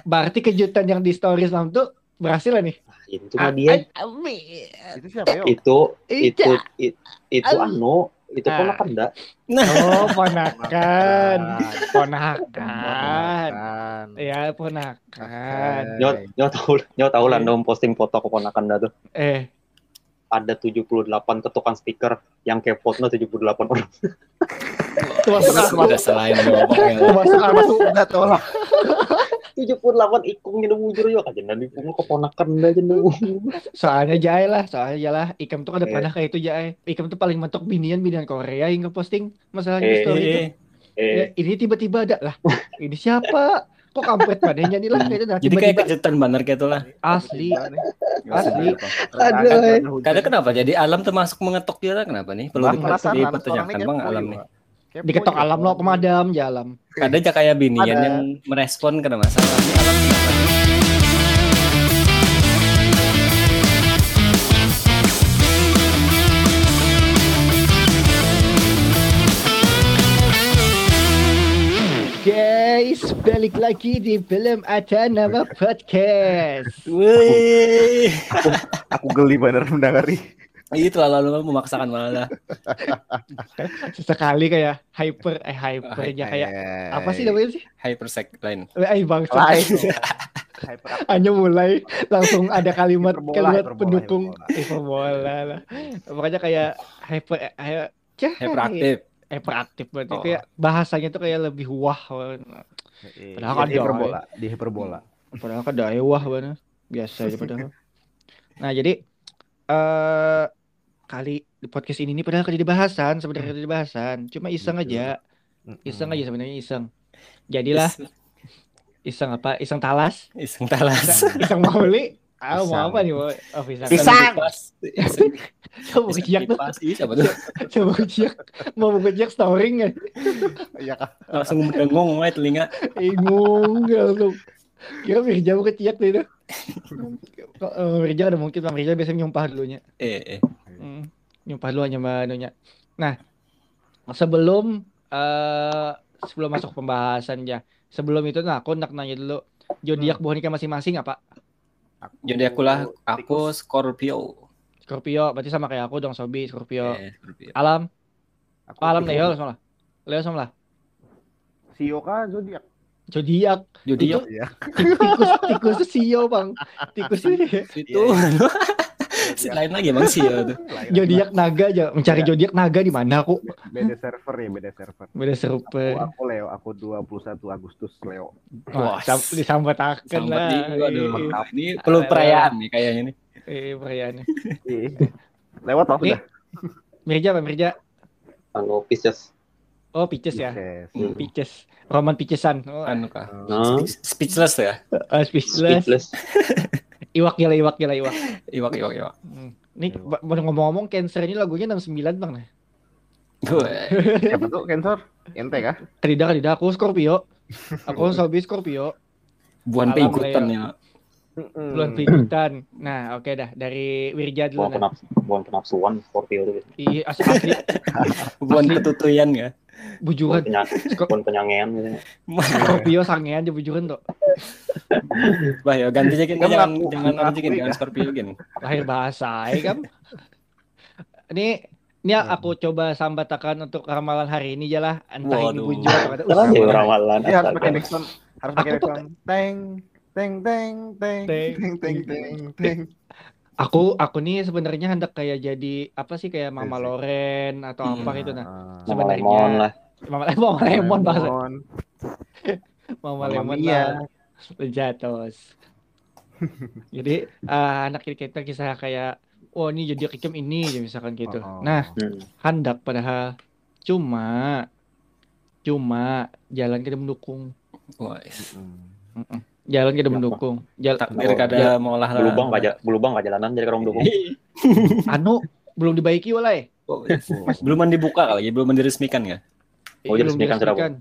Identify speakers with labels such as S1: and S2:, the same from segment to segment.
S1: Berarti kejutan yang di stories malam tuh berhasil lah nih.
S2: Itu mah dia.
S3: Itu siapa yo?
S2: Itu anu, itu ponakan dah.
S1: Oh, ponakan. Ya, ponakan.
S2: Nyo tahu lah dong posting foto keponakan dah tuh.
S1: Ada
S2: 78 ketukan stiker yang kepotnya 78 orang.
S4: Ada selain
S1: masuk
S3: Udah tolong.
S2: 78 ikungnya udah mujur yuk aja nanti pungu keponakan aja dulu.
S1: Soalnya lah Ikam tuh ada pernah kayak itu Jai. Ikam tuh paling mentok binian Korea yang ngeposting masalahnya story itu. Ini tiba-tiba ada lah. Ini siapa? Kok kampret padanya nih lah kayak itu.
S4: Jadi kayak kejutan bener kayak itu lah.
S1: Asli.
S2: Aduh.
S4: Kadang kenapa jadi alam termasuk mengetok dia lah kenapa nih? Perlu dipertanyakan bang alam nih.
S1: Diketok alam lo pemadam jalan.
S4: Kadang aja kayak binian yang merespon karena masalah ini alam kenapa nih?
S1: Guys, balik lagi di Film Ada Nama Podcast.
S4: Wih,
S3: aku geli bener mendengar.
S4: Itu lalu memaksakan malah.
S1: Sesekali kayak hypernya kayak apa sih namanya sih?
S4: Hypersect line.
S1: Bangsa. Hanya mulai langsung ada kalimat pendukung hiperbola lah. Makanya kayak hyperaktif berarti kayak bahasanya tuh kayak lebih wah. Padahal kan
S3: di hiperbola.
S1: Padahal kan wah bener. Biasa aja padahal. Nah, jadi kali di podcast ini padahal jadi bahasan, sebenarnya jadi bahasan. Cuma iseng aja sebenarnya iseng. Jadilah iseng apa? Iseng talas.
S4: Iseng
S1: mauli. Mau apa nih? Oh, pisang. Coba keciak tuh.
S4: Siapa tuh?
S1: Coba keciak. Mau keciak storing kan?
S3: Iya kah?
S4: Langsung bengong aja telinga.
S1: Bingung langsung. Kira Mirja mau keciak tuh itu. Mirja ada mungkin Bang Mirja biasanya nyumpah dulunya. Nyumpah dulu aja Mbak Nunya. Nah, sebelum masuk pembahasan ya. Sebelum itu aku nak nanya dulu. Zodiak bonika masing-masing apa?
S4: Zodiak aku Scorpio.
S1: Berarti sama kayak aku dong, Sobi Scorpio. Alam. Alam Leo sama lah.
S3: Sio kan zodiak.
S1: Tikus itu Sio bang. Tikus
S4: itu. Lain lagi bang Sio tuh.
S1: Zodiak naga aja. Mencari zodiak naga di mana aku?
S3: Beda server. Aku Leo. Aku 21 Agustus Leo.
S1: Wah, disambat-akan lah.
S4: Ini perlu perayaan nih kayaknya nih.
S1: Perayaannya.
S3: Lewat toh sudah.
S1: Mirja.
S2: Pisces.
S1: Oh, Pisces ya. Pisces. Roman Piscesan.
S4: Anu kah? Speechless ya?
S1: Speechless. Iwak. Nih ngomong-ngomong Cancer ini lagunya 69 bang.
S3: Siapa tuh Cancer? Ente kah?
S1: Tidak aku Scorpio. Aku Sobi Scorpio.
S4: Buan ikutan ya.
S1: Bulan pikutan. Nah, oke dah dari Wirja dulu.
S2: Buan penafsuan Scorpio itu.
S1: Iya, asli.
S4: Buan ketutuyan ya.
S1: Bujuran.
S2: Buan penyangean gitu.
S1: Scorpio sangean aja bujuran tuh.
S4: Bah, ya ganti aja jangan Scorpio gini.
S1: Lahir bahasa kan. Ini aku coba sambatakan untuk ramalan hari ini aja lah. Entah ini bujur atau
S2: ramalan.
S3: Harus pakai backsound. Teng.
S1: Aku nih sebenarnya hendak kayak jadi apa sih kayak Mama Loren atau apa gitu sebenarnya. Mama Lemon bahasa. Mama Lemon lah. Lejatos. Jadi anak kita kisah kayak ini jadi kikem ini misalkan gitu. Nah, hendak padahal cuma jalan kita mendukung. Jalan kita mendukung.
S4: Takdir kada mau lah.
S2: Belubang enggak jalanan jadi orang mendukung.
S1: Belum dibaiki walai.
S4: Belum dibuka kali, belum diresmikan ya?
S2: Oh, diresmikan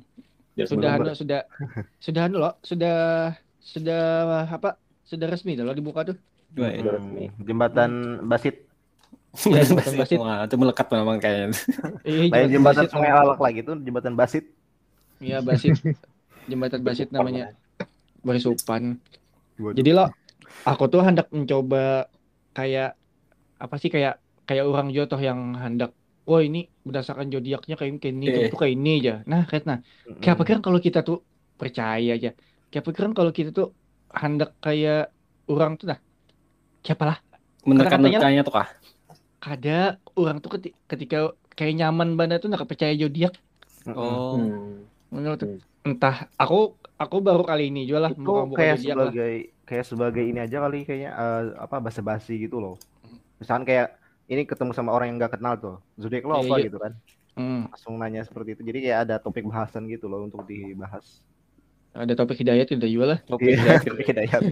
S1: sudah loh, sudah apa? Sudah resmi loh dibuka tuh.
S3: Jembatan Basit.
S1: Ya, jembatan Basit.
S4: Wah, itu melekat memang kayaknya.
S3: Lain jembatan Sungai Lalak lagi tuh, jembatan Basit.
S1: Iya, Basit. Jembatan Basit namanya. bersupan. Jadi lo, aku tuh hendak mencoba kayak apa sih kayak orang juga toh yang hendak, oh ini berdasarkan zodiaknya kayak ini, tuh kayak ini aja. Nah, kayak pikiran kalau kita tuh percaya aja. Kayak pikiran kalau kita tuh hendak kayak orang tuh siapa lah?
S4: Menekan-nekannya tuh kah?
S1: Kada orang tuh ketika kayak nyaman banget tuh nggak percaya zodiak.
S4: Oh.
S1: Menurut entah aku baru kali ini juga lah
S3: itu kayak sebagai ini aja kali kayaknya basa-basi gitu loh. Misalkan kayak ini ketemu sama orang yang nggak kenal tuh, zodiak lo apa gitu kan, langsung nanya seperti itu. Jadi kayak ada topik bahasan gitu loh untuk dibahas.
S1: Ada topik hidayat udah juga lah.
S3: Topik hidayat.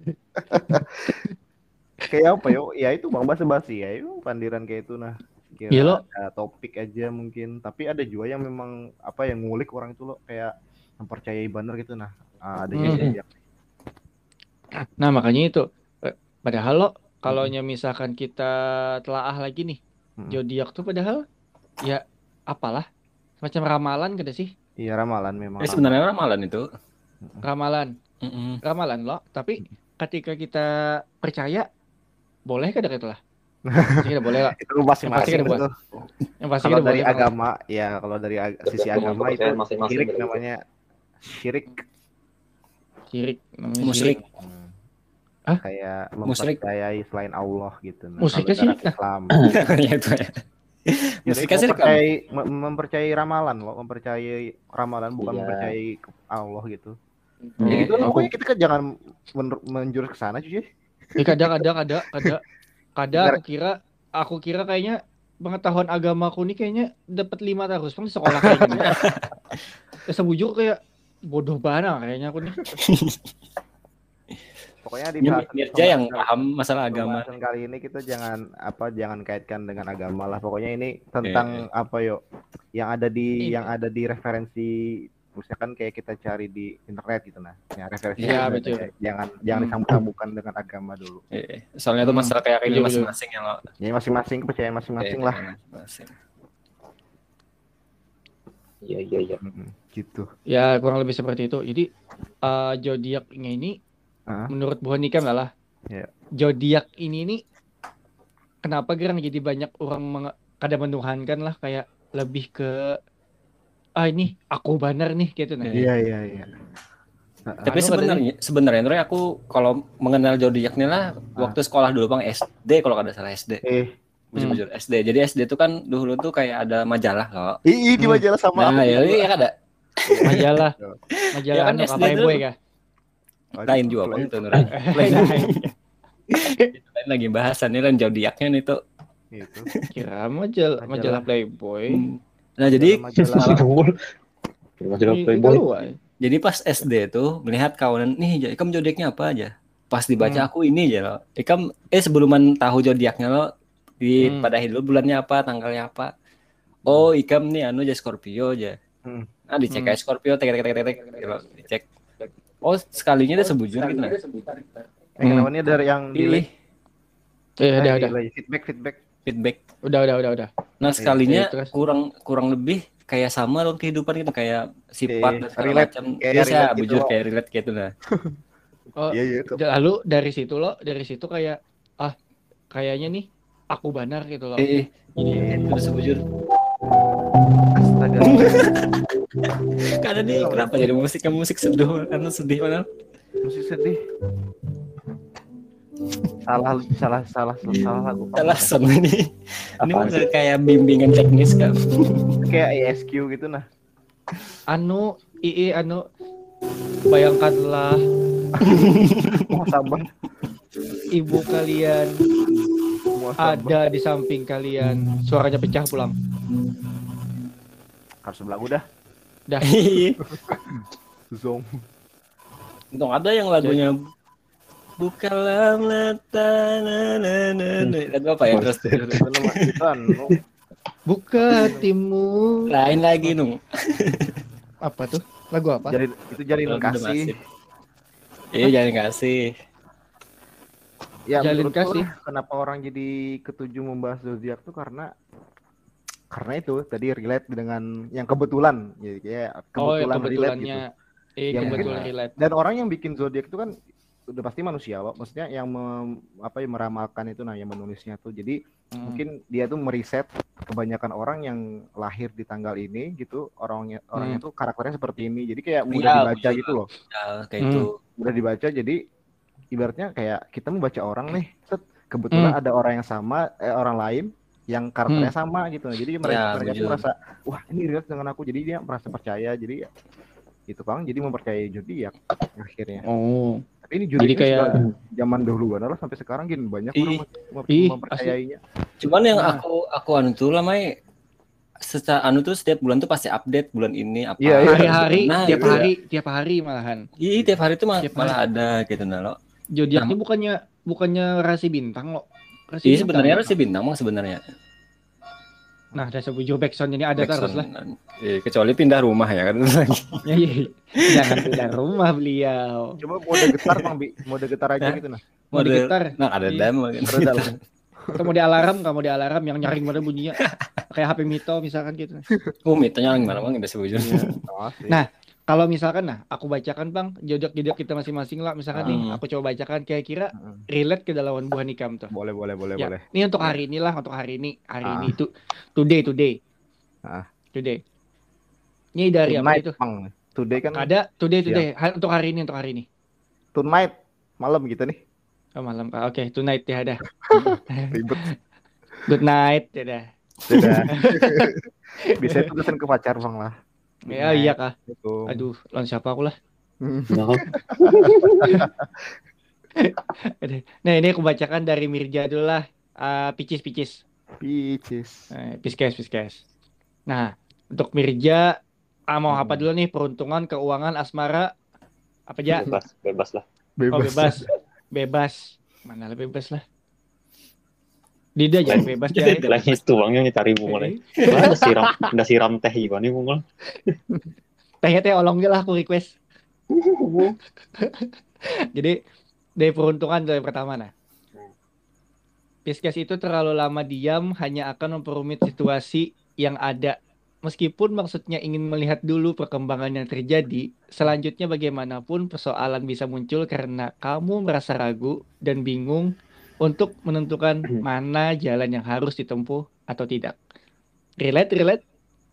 S3: Kayak apa yo? Ya itu bang basa-basi ya, itu pandiran kayak itu nah. Kira ada topik aja mungkin, tapi ada juga yang memang yang ngulik orang itu loh, kayak mempercayai bener gitu nah. Ada zodiak.
S1: Nah makanya itu padahal lo kalau misalkan kita telaah lagi nih zodiak tuh padahal ya apalah semacam ramalan kada sih?
S3: Iya ramalan memang.
S4: Sebenarnya ramalan itu.
S1: Ramalan lo, tapi ketika kita percaya boleh kada gitu lah? Pasti boleh lah.
S3: Itu masing-masing itu.
S1: Yang pasti
S3: kalau dari agama ya, kalau dari sisi agama itu syirik namanya. Syirik
S1: namanya
S4: musyrik.
S3: Kayak mempercayai selain Allah gitu.
S1: Musyriknya syirik
S3: Islam.
S4: Ya itu ya.
S3: Mempercayai ramalan loh, mempercayai ramalan bukan mempercayai Allah gitu. Ya gitu loh, pokoknya kita kan jangan menjurus ke sana cuy.
S1: Kadang aku kira kayaknya pengetahuan agamaku nih kayaknya dapat 5 terus di sekolah kayaknya. Sebujur kayak bodoh banget kayaknya aku nih.
S3: Pokoknya di
S4: Mirja yang paham masalah agama.
S3: Kali ini kita jangan kaitkan dengan agama lah. Pokoknya ini tentang yang ada di referensi, misalkan kayak kita cari di internet gitu nah. Ya referensi.
S1: Iya betul.
S3: Jangan disambung-sambungkan dengan agama dulu.
S4: Soalnya itu masalah kayak ini masing-masing ya lo.
S3: Ya masing-masing kepercayaan masing-masing lah.
S2: Iya.
S3: Gitu.
S1: Ya kurang lebih seperti itu. Jadi zodiaknya ini menurut Bu Hanikam lah. Zodiak ini nih kenapa gerang jadi banyak orang kada menuhankan lah, kayak lebih ke ini aku benar nih gitu nah.
S3: Iya.
S4: Tapi sebenarnya aku kalau mengenal zodiaknya lah waktu sekolah dulu Bang, SD kalau kada salah SD. Bujur SD. Jadi SD itu kan dulu tuh kayak ada majalah loh.
S3: Di majalah sama.
S4: Nah, ya kada.
S1: Majalah
S4: Ya kan SD itu
S1: ya.
S4: Lain juga Bang itu Lain lagi bahasannya kan zodiaknya nih tuh.
S3: Itu.
S1: Kira majalah Playboy.
S4: Nah, jadi
S2: majalah Playboy.
S4: Jadi pas SD tuh melihat kawanan nih, Ikam zodiaknya apa aja. Pas dibaca aku ini aja loh. Ikam sebelum tahu zodiaknya lo pada hidup bulannya apa, tanggalnya apa. Oh, Ikam nih aja Scorpio aja. Nah, dicek aja Scorpio, tek dicek. Oh, sekalinya dia sebujur gitu nah.
S3: Kenapa nih dari yang
S4: pilih?
S1: Ada.
S4: Feedback.
S1: Udah.
S4: Nah, sekalinya kurang lebih kayak sama loh kehidupan gitu, kayak sifat dan segala macam. Biasa bujur kayak relate gitu nah.
S1: Iya. Lalu dari situ kayak kayaknya nih aku benar gitu loh.
S4: Ini terus bujur.
S3: Astaga.
S4: Karena nih kenapa jadi musik sedih mana?
S3: Musik sedih. Salah lagu.
S4: Salah song ini. Ini udah kayak bimbingan teknis kan.
S3: Kayak ISQ gitu nah.
S1: Bayangkanlah
S3: sabar.
S1: Ibu kalian ada di samping kalian, suaranya pecah pulang.
S3: Harus lagu dah. Zong.
S4: Untung ada yang lagunya Bukalah mata lagu apa ya terus
S1: buka hatimu.
S4: Lain lagi nung.
S1: Apa tuh? Lagu apa?
S3: Jalin kasih.
S4: Iya jalin kasih.
S3: Ya jalin kasih. Kenapa orang jadi ketujuh membahas zodiak tuh karena itu tadi relate dengan yang kebetulan. Jadi kayak kebetulannya. Ya,
S1: kebetul
S3: mungkin
S1: relate.
S3: dan orang yang bikin zodiak itu kan udah pasti manusia loh. Maksudnya yang meramalkan itu yang menulisnya tuh. Jadi mungkin dia tuh meriset kebanyakan orang yang lahir di tanggal ini gitu, orangnya tuh karakternya seperti ini. Jadi kayak mudah dibaca gitu loh.
S4: Kayak itu.
S3: Mudah dibaca, jadi ibaratnya kayak kita membaca orang nih, kebetulan ada orang yang sama, orang lain yang karakternya sama gitu. Jadi mereka tuh merasa, wah ini relate dengan aku. Jadi dia merasa percaya. Jadi ya itu Bang, jadi mempercayai zodiak akhirnya. Tapi ini zodiak kayak zaman dahulu lah sampai sekarang gini banyak orang mempercayainya.
S4: Cuman yang aku anu tuh lah Mai, secara anu tuh setiap bulan tuh pasti update bulan ini apa.
S1: Hari-hari, tiap hari malahan.
S4: Iya, tiap hari tuh malah ada gitu lo.
S1: Zodiak ini bukannya rasi bintang lo.
S4: Iya sebenarnya rasi bintang mah sebenarnya.
S1: Nah, dasar bujur backsound ini ada terus lah.
S4: Kecuali pindah rumah ya kan lagi.
S1: Jangan pindah rumah beliau.
S3: Coba mode getar Bang Bi, mode getar aja gitu nah.
S1: Mode getar.
S4: Nah, ada demo kan.
S1: Kamu di alarm yang nyaring mana bunyinya. Kayak HP Mito misalkan gitu.
S4: Mito nyaring mana Bang, udah sebujurnya.
S1: Nah, kalau misalkan aku bacakan Bang, zodiak kita masing-masing lah misalkan nih, aku coba bacakan kira-kira relate ke dalam buah nikam tuh.
S3: Boleh.
S1: Ini untuk hari ini lah, hari ini itu today. Today. Ini dari apa itu?
S3: Bang. Today kan
S1: ada today. Untuk hari ini.
S3: Tonight malam gitu nih.
S1: Oh malam. Oke, tonight ya ada.
S3: Ribet.
S1: Good night ya dah.
S3: Bisa itu pesan ke pacar Bang lah.
S1: Ya iya kah. Aduh, lawan siapa aku lah. Nah ini aku bacakan dari Mirja dulu lah. Picis. Piskes. Nah untuk Mirja, mau apa dulu nih, peruntungan, keuangan, asmara, apa aja?
S2: Bebas lah.
S1: Bebas. Mana lah bebas lah. Dida jangan bebas ya.
S2: Lain itu Bang yang cari bunga nih. Udah siram teh gimana nih bunga.
S1: Teh olong lah aku request. Jadi dari peruntungan dari pertama nah. Pisces itu terlalu lama diam hanya akan memperumit situasi yang ada. Meskipun maksudnya ingin melihat dulu perkembangan yang terjadi, selanjutnya bagaimanapun persoalan bisa muncul karena kamu merasa ragu dan bingung untuk menentukan mana jalan yang harus ditempuh atau tidak. Relate?
S2: Relate.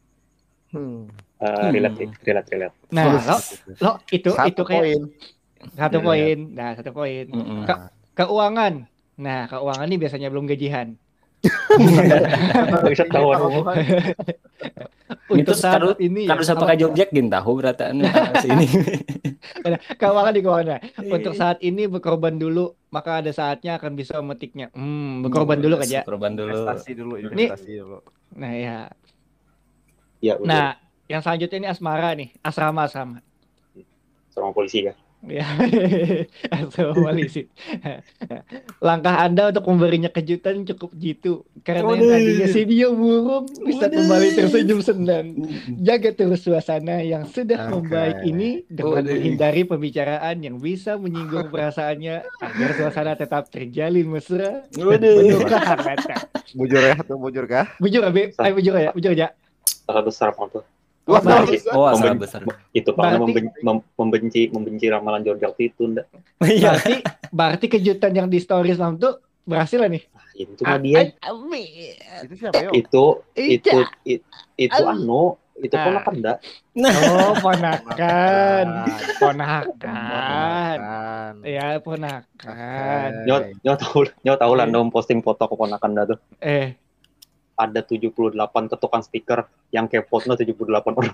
S1: Nah, lo itu kayak satu poin. Nah, satu poin. Keuangan. Nah, keuangan ini biasanya belum gajian. Untuk saat ini
S4: harus pakai Jogjack gin tahu berataan sini.
S1: Keuangan di keuangan. Untuk saat ini berkorban dulu, maka ada saatnya akan bisa memetiknya. Berkorban dulu aja.
S3: Investasi dulu.
S1: Nah ya.
S2: Nah,
S1: yang selanjutnya ini asmara nih, asrama.
S2: Sama polisi kan.
S1: Ya, asrama polisi. Langkah Anda untuk memberinya kejutan cukup jitu. Karena yang tadinya si dia burung bisa kembali tersenyum senang. Jaga terus suasana yang sudah membaik ini dengan menghindari pembicaraan yang bisa menyinggung perasaannya agar suasana tetap terjalin mesra. Bentuklah hangatnya.
S3: Bujur kah?
S1: Bujur aja.
S2: Sangat besar tuh.
S4: Sangat besar.
S2: Itu karena membenci ramalan zodiak itu ndak.
S1: Berarti kejutan yang di stories Lam tuh berhasil lah nih.
S2: Itu mah dia.
S3: Itu siapa yo?
S2: Itu ponakan ndak?
S1: Oh, ponakan. Ya, ponakan.
S2: Nyo tahu lah dong posting foto keponakan dah tuh. Ada 78 ketukan stiker yang kepotnya 78 orang.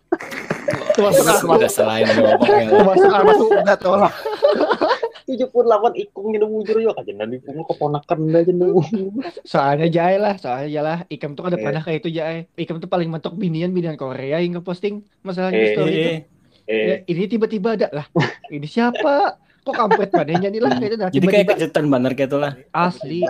S4: Ada selain
S3: masuk udah tolak.
S2: 78 ikung nyedu mujur yo aja nanti pungu keponakan aja nu.
S1: Soalnya lah Ikam tuh ada pernah kayak itu Jai. Ikam tuh paling mentok binian Korea yang nge-posting masalah di story itu. Ini tiba-tiba ada lah. Ini siapa? Kok kampret padanya nih lah gitu.
S4: Jadi kayak kejutan bener gitu lah.
S1: Asli.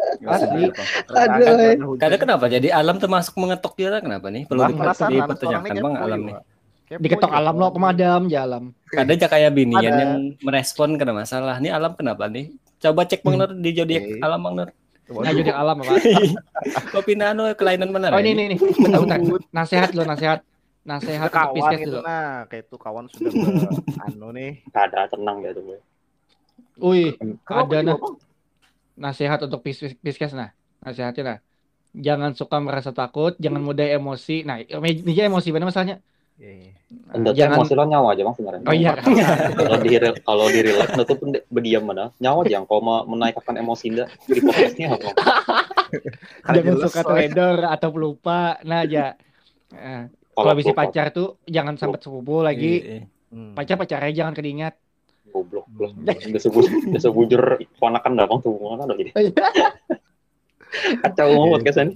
S4: Kadang kenapa jadi alam termasuk mengetok dia lah, kenapa nih? Perlu dipertanyakan Bang alam nih.
S1: Diketok alam lo pemadam jalan.
S4: Kadang kayak binian yang merespon kena masalah. Nih alam kenapa nih? Coba cek Bang Nur di zodiak alam Bang Nur.
S1: Nah, zodiak alam apa?
S4: Kopi nano kelainan bener.
S1: Oh ini. Bentar. Nasihat. Nasehat untuk Pisces dulu.
S3: Nah, kayak itu kawan sudah nih.
S2: Ada tenang ya tuh.
S1: Ada nah. Nasehat untuk Pisces nah. Nasehatnya nah. Jangan suka merasa takut, jangan mudah emosi. Nah, ini emosi benar masalahnya.
S2: Jangan emosi lo nyawa aja bang sebenarnya.
S1: Oh iya.
S2: Kalau di real life itu pun berdiam mana? Nyawa aja kalau mau menaikkan emosi ndak di podcastnya apa?
S1: Jangan suka teledor atau pelupa. Nah aja. Kalau bisa pacar tuh jangan sampai sepupu lagi. Pacar-pacarnya jangan kedingat.
S2: Goblok. Udah bujur ponakan dah bang tuh mana udah jadi. Kacau banget kesan.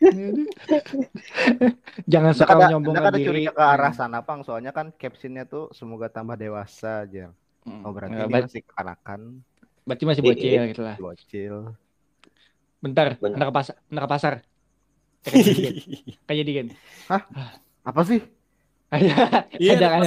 S1: Jangan suka menyombongkan
S3: Ada
S1: diri.
S3: ke arah sana Pang, soalnya kan captionnya tuh semoga tambah dewasa aja. Oh berarti dia masih kekanakan.
S1: Berarti masih bocil gitu lah.
S3: Bocil.
S1: Bentar, anak pasar. Kayak jadi kan.
S3: Hah? Apa sih?
S1: Ada.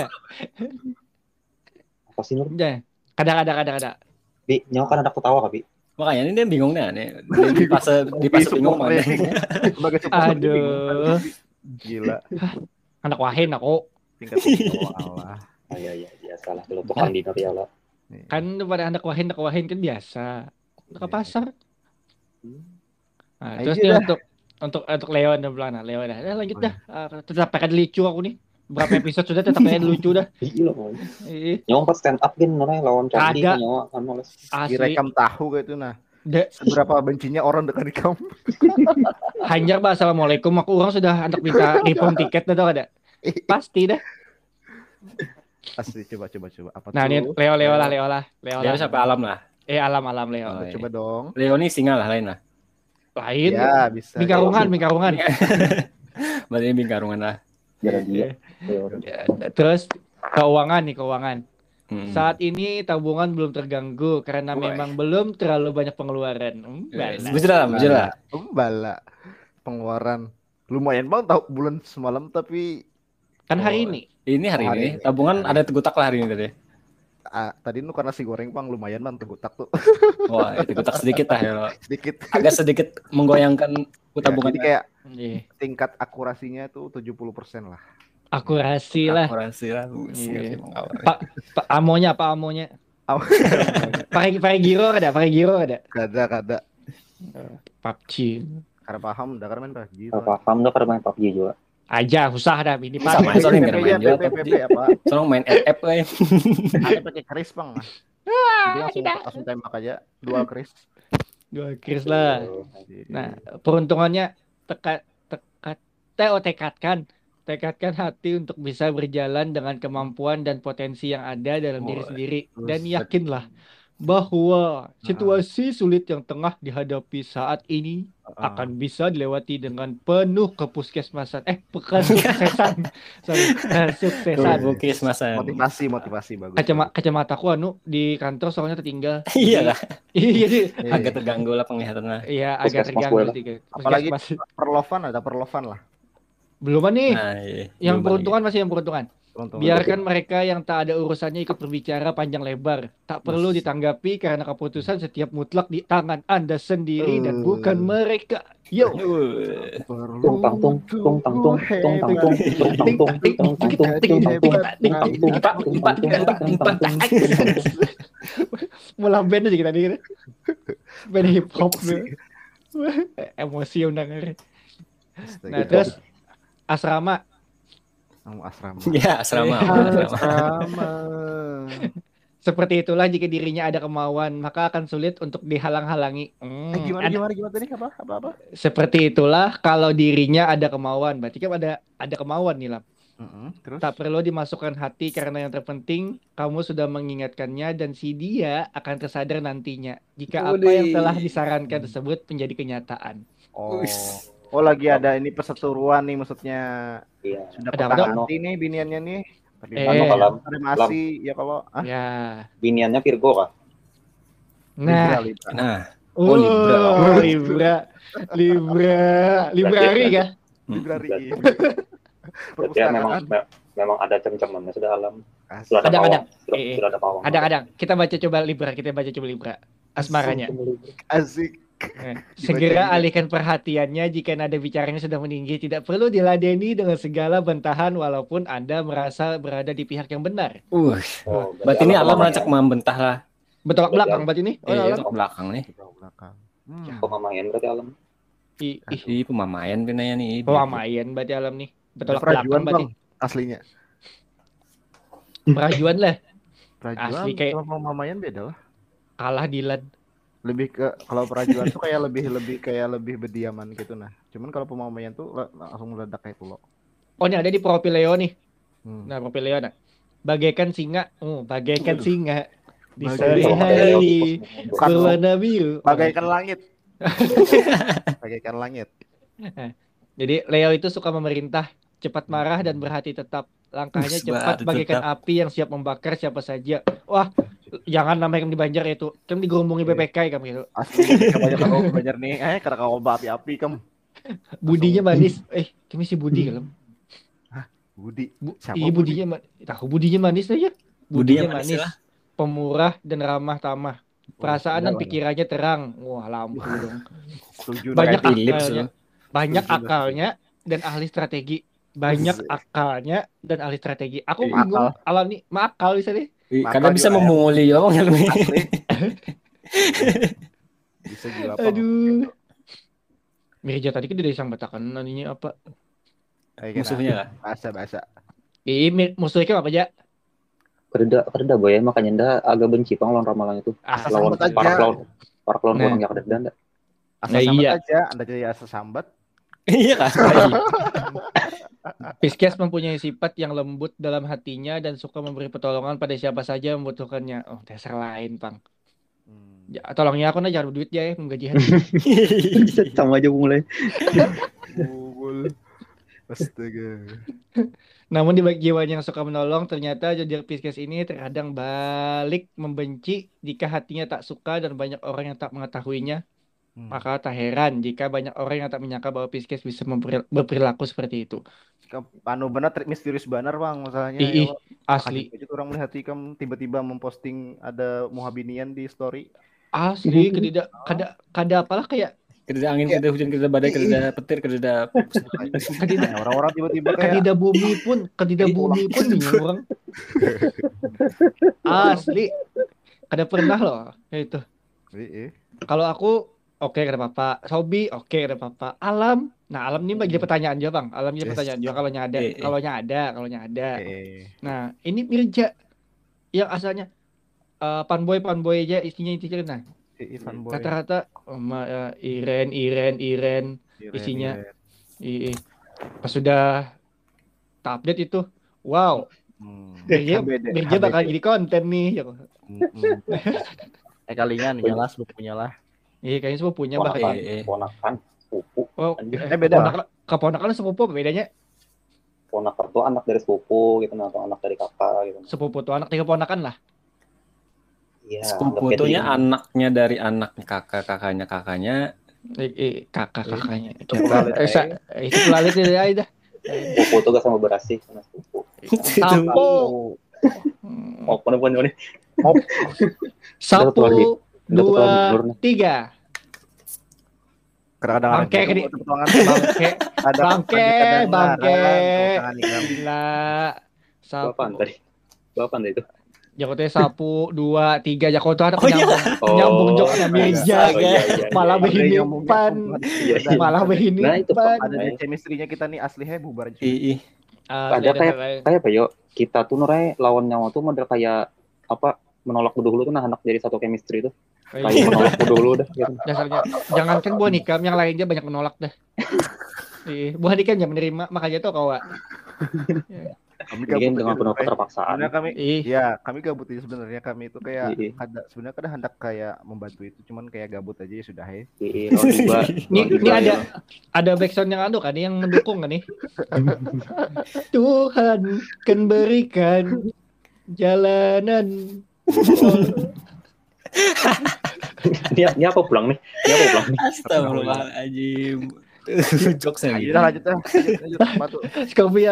S2: Apa sih Nur?
S1: Ada.
S2: Bi, nyawa kan ada ketawa Bi.
S4: Makanya ini dia bingung nih. Di fase bingung mana.
S1: Aduh.
S3: Gila.
S1: Anak wahin aku.
S3: Tingkat Allah.
S2: Iya, biasalah kalau tukang dinner ya lah.
S1: Kan pada anak wahin kan biasa. Anak pasar. Nah, terus nih untuk Leon dan Belana. Leon dah. Lanjut dah. Tetap pakai lucu aku nih. Berapa episode sudah tetap pakai lucu dah.
S2: Iya loh. Nyawa stand up kan mana lawan Candi nyawa kan males.
S3: Direkam tahu kayak itu nah. Seberapa bencinya orang dekat rekam.
S1: Hanya assalamualaikum aku orang sudah hendak minta refund tiket dah ada. Pasti dah.
S3: Pasti coba. Apa
S1: nah, ini Leo lah.
S4: Leo sampai alam lah.
S1: Alam Leo.
S3: Coba dong.
S4: Leo ini singa lah lain lah.
S1: Lain.
S3: Ya, bisa.
S1: Bingkarungan.
S4: Berarti bingkarungan lah.
S2: Dia.
S1: Terus keuangan. Saat ini tabungan belum terganggu karena memang belum terlalu banyak pengeluaran.
S3: Bala. Pengeluaran lumayan bang tahu bulan semalam tapi
S1: kan hari ini.
S4: Ini hari ini tabungan ada tegutak lah hari ini tadi.
S3: Tadi nu karena si goreng bang lumayan bang tegutak tuh.
S4: Wah, tegutak sedikit lah ya.
S3: Sedikit.
S4: Agak sedikit menggoyangkan tabungan.
S3: Jadi kayak tingkat akurasinya tuh 70% lah.
S1: Akurasi lah. Pak amonya. Pakai giro ada.
S3: Kada.
S1: PUBG.
S3: Karena paham dah karena main PUBG.
S2: Paham dah karena main PUBG juga.
S1: Aja susah dah ini Pak.
S4: Sama soalnya main juga apa. Soalnya main FF lah.
S3: Ada pakai keris bang. Jadi langsung tembak aja 2 keris.
S1: 2 keris lah. Nah, peruntungannya tekadkan hati untuk bisa berjalan dengan kemampuan dan potensi yang ada dalam diri sendiri dan yakinlah bahwa situasi sulit yang tengah dihadapi saat ini akan bisa dilewati dengan penuh kesuksesan. Motivasi bagus. Kacamataku di kantor soalnya tertinggal.
S4: Iya lah. Iya agak terganggu lah penglihatannya.
S1: Iya agak terganggu.
S3: Apalagi perlovan lah.
S1: Belum nih. Yang peruntungan masih yang peruntungan. Biarkan mereka yang tak ada urusannya ikut berbicara panjang lebar. Tak perlu ditanggapi karena keputusan setiap mutlak di tangan Anda sendiri dan bukan mereka. Yo. Mulai band aja kita nih. Band hip hop nih. Emosi undangan. Nah, terus asrama.
S4: Ya, asrama.
S1: Seperti itulah jika dirinya ada kemauan, maka akan sulit untuk dihalang-halangi.
S3: Gimana tadi apa?
S1: Seperti itulah kalau dirinya ada kemauan, berarti kan ada kemauan nih, Lam.
S3: Terus?
S1: Tak perlu dimasukkan hati karena yang terpenting kamu sudah mengingatkannya dan si dia akan tersadar nantinya jika apa yang telah disarankan tersebut menjadi kenyataan.
S3: Oh lagi ada ini perseteruan nih maksudnya.
S2: Iya.
S3: Sudah patah hati nih biniannya nih. Masih ya kalau
S1: ya.
S2: Biniannya Virgo kah?
S1: Libra. Librari kah?
S3: Librari.
S2: Berarti memang ada cem-cemannya sudah alam.
S1: Sudah ada pawang. Ada. Kita baca coba Libra. Asmaranya.
S3: Asik.
S1: Segera alihkan perhatiannya jika nada bicaranya sudah meninggi. Tidak perlu diladeni dengan segala bantahan walaupun Anda merasa berada di pihak yang benar.
S4: Berarti ini alam rancak membentah lah.
S1: Bertolak belakang berarti ini?
S4: Bertolak belakang nih.
S2: Pemamaian berarti alam.
S4: Pemamaian pinanya nih.
S1: Pemamaian berarti alam nih. Bertolak belakang berarti.
S3: Aslinya.
S1: Perajuan lah.
S3: Asli kayak pemamaian beda lah.
S1: Kalah Dilan.
S3: Lebih ke kalau perajuan tuh kayak lebih berdiaman gitu nah. Cuman kalau pemamaian tuh langsung meledak kayak tuh.
S1: Oh, ini ada di Propileo nih. Nah, Propileo nah. Bagaikan singa, bagaikan singa di sore hari berwarna biru.
S3: Bagaikan langit. Bagaikan langit.
S1: Jadi Leo itu suka memerintah, cepat marah dan berhati tetap. Langkahnya cepat bagaikan api yang siap membakar siapa saja. Wah, jangan namanya di Banjar itu. Kan digerombongi BPK kamu gitu.
S3: Asli banyak kalau Banjar nih, karena kau api-api kamu.
S1: Budinya manis. Kami si Budi kan.
S3: Budi.
S1: Iya Budinya manis aja. Budinya manis. Pemurah dan ramah tamah. Perasaan dan pikirannya terang. Wah, lampu dong. Banyak akalnya dan ahli strategi. Aku bingung alam nih makal bisa deh.
S4: Karena bisa memunguli orang yang
S3: bisa gila apa?
S1: Aduh. Mirja tadi kan dari sang batakan nanya apa?
S4: Musuhnya
S3: Bahasa.
S1: Musuhnya apa aja?
S2: Kereda boy, makanya nda agak benci lawan ramalan itu. Lawan para clown orang yang ada.
S3: Asal sambat aja, Anda jadi asal sambat.
S4: Iya kan?
S1: Pisces mempunyai sifat yang lembut dalam hatinya dan suka memberi pertolongan pada siapa saja yang membutuhkannya. Oh, dasar lain, Pang. Ya, tolongnya aku aja duit ya, menggajian.
S2: Sama aja mulai.
S3: Astaga.
S1: Namun di balik jiwanya yang suka menolong, ternyata zodiak Pisces ini terkadang balik membenci jika hatinya tak suka dan banyak orang yang tak mengetahuinya. Maka tak heran jika banyak orang yang tak menyangka bahwa Pisces bisa berperilaku seperti itu.
S3: Anu benar misterius benar Bang masalahnya.
S1: Asli.
S3: Itu orang melihat kamu tiba-tiba memposting ada Muhabinian di story.
S1: Asli, kada apalah kayak
S4: kededa angin, kededa hujan, kededa badai, kededa petir, kededa
S3: orang-orang tiba-tiba kayak
S1: kededa bumi pun bingung orang. Asli. Kada pernah loh kayak itu. Kalau aku oke, kada apa-apa. Sobi, oke, kada apa-apa. Alam. Nah, alam ini bagi pertanyaan juga, Bang. Alam ini pertanyaan juga kalau ada. Nah, ini Mirja yang asalnya fanboy aja isinya nah. Rata-rata Iren isinya. Pas sudah tak update itu. Wow. Mirja bakal jadi konten nih.
S3: Kalian jelas lu punya lah.
S1: Iya, kayaknya semua punya bahkan.
S2: Ponakan, sepupu.
S1: Beda. Keponakan sepupu bedanya?
S2: Ponakan tuh anak dari sepupu gitu, atau anak dari kakak gitu.
S1: Sepupu tuh anak 3 ponakan lah.
S2: Iya.
S4: Sepupu tuhnya anaknya dari anaknya kakaknya.
S1: Kakaknya. Itu pelalit ya dah.
S2: Sepupu tuh gak sama berasi sama sepupu.
S1: Sampo.
S2: Oh, pon nih.
S1: Sapu 2, 3. Bangke. Gila.
S2: Bapak tadi itu.
S1: Jakotnya sapu 2, 3. Jakoto ada penyambung joknya Mirja. Malah behinipan.
S3: Nah itu ada chemistry-nya kita nih asli bubar.
S2: Ada kayak apa yo? Kita tuh norai lawan nyawa tuh model kayak apa? Menolak dulu tuh anak dari satu chemistry tuh. Kayak menolak dulu dah gitu.
S1: Dasarnya jangankan Bu Nikam, yang lainnya banyak menolak dah. Bu Nikam yang menerima, makanya tuh kawan.
S2: Kami dengan penuh keterpaksaan.
S3: Kami gabut aja sebenarnya, kami itu kayak sebenarnya kadang hendak kayak membantu itu, cuman kayak gabut aja ya sudah
S1: Ini ada backsound yang kan yang mendukung kan nih. Tuhan kan berikan jalanan.
S2: Ini apa pulang nih?
S4: Astagfirullahaladzim. Jokes nih.
S3: Lanjut.
S1: Scorpio.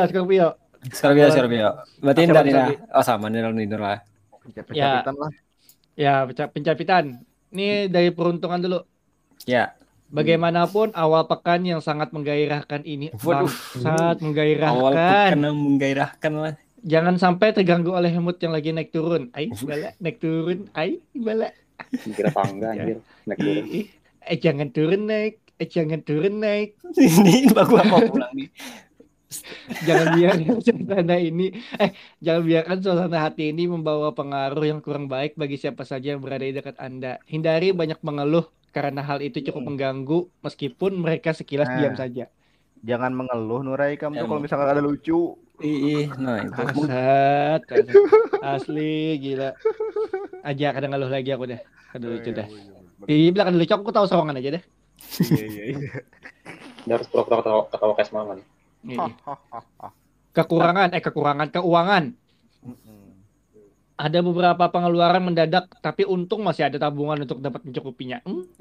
S4: Berarti Indra lah. Oh sama Indra lah.
S1: Ya, pencapitan. Ini dari peruntungan dulu.
S4: Ya.
S1: Bagaimanapun awal pekan yang sangat menggairahkan ini, sangat menggairahkan.
S4: Awal pekan yang menggairahkan lah.
S1: Jangan sampai terganggu oleh mood yang lagi naik turun. Bala, naik turun. Bala.
S2: Kira tangga anjir, naik turun.
S1: Jangan turun naik. Jangan turun naik.
S4: Ini bagus mau pulang nih.
S1: Jangan biarkan suasana ini jangan biarkan suasana hati ini membawa pengaruh yang kurang baik bagi siapa saja yang berada di dekat Anda. Hindari banyak mengeluh karena hal itu cukup mengganggu meskipun mereka sekilas diam saja.
S3: Jangan mengeluh Nurai kamu tuh kalau misalkan ada lucu.
S4: Nah itu.
S1: Asli gila. Aja kadang ngeluh lagi aku deh. Aduh lucu dah. Di belakang lucu aku tahu sorongan aja deh.
S3: Iya.
S2: Dia harus pura-pura ketawa kayak semalam nih.
S1: Kekurangan keuangan. Ada beberapa pengeluaran mendadak, tapi untung masih ada tabungan untuk dapat mencukupinya.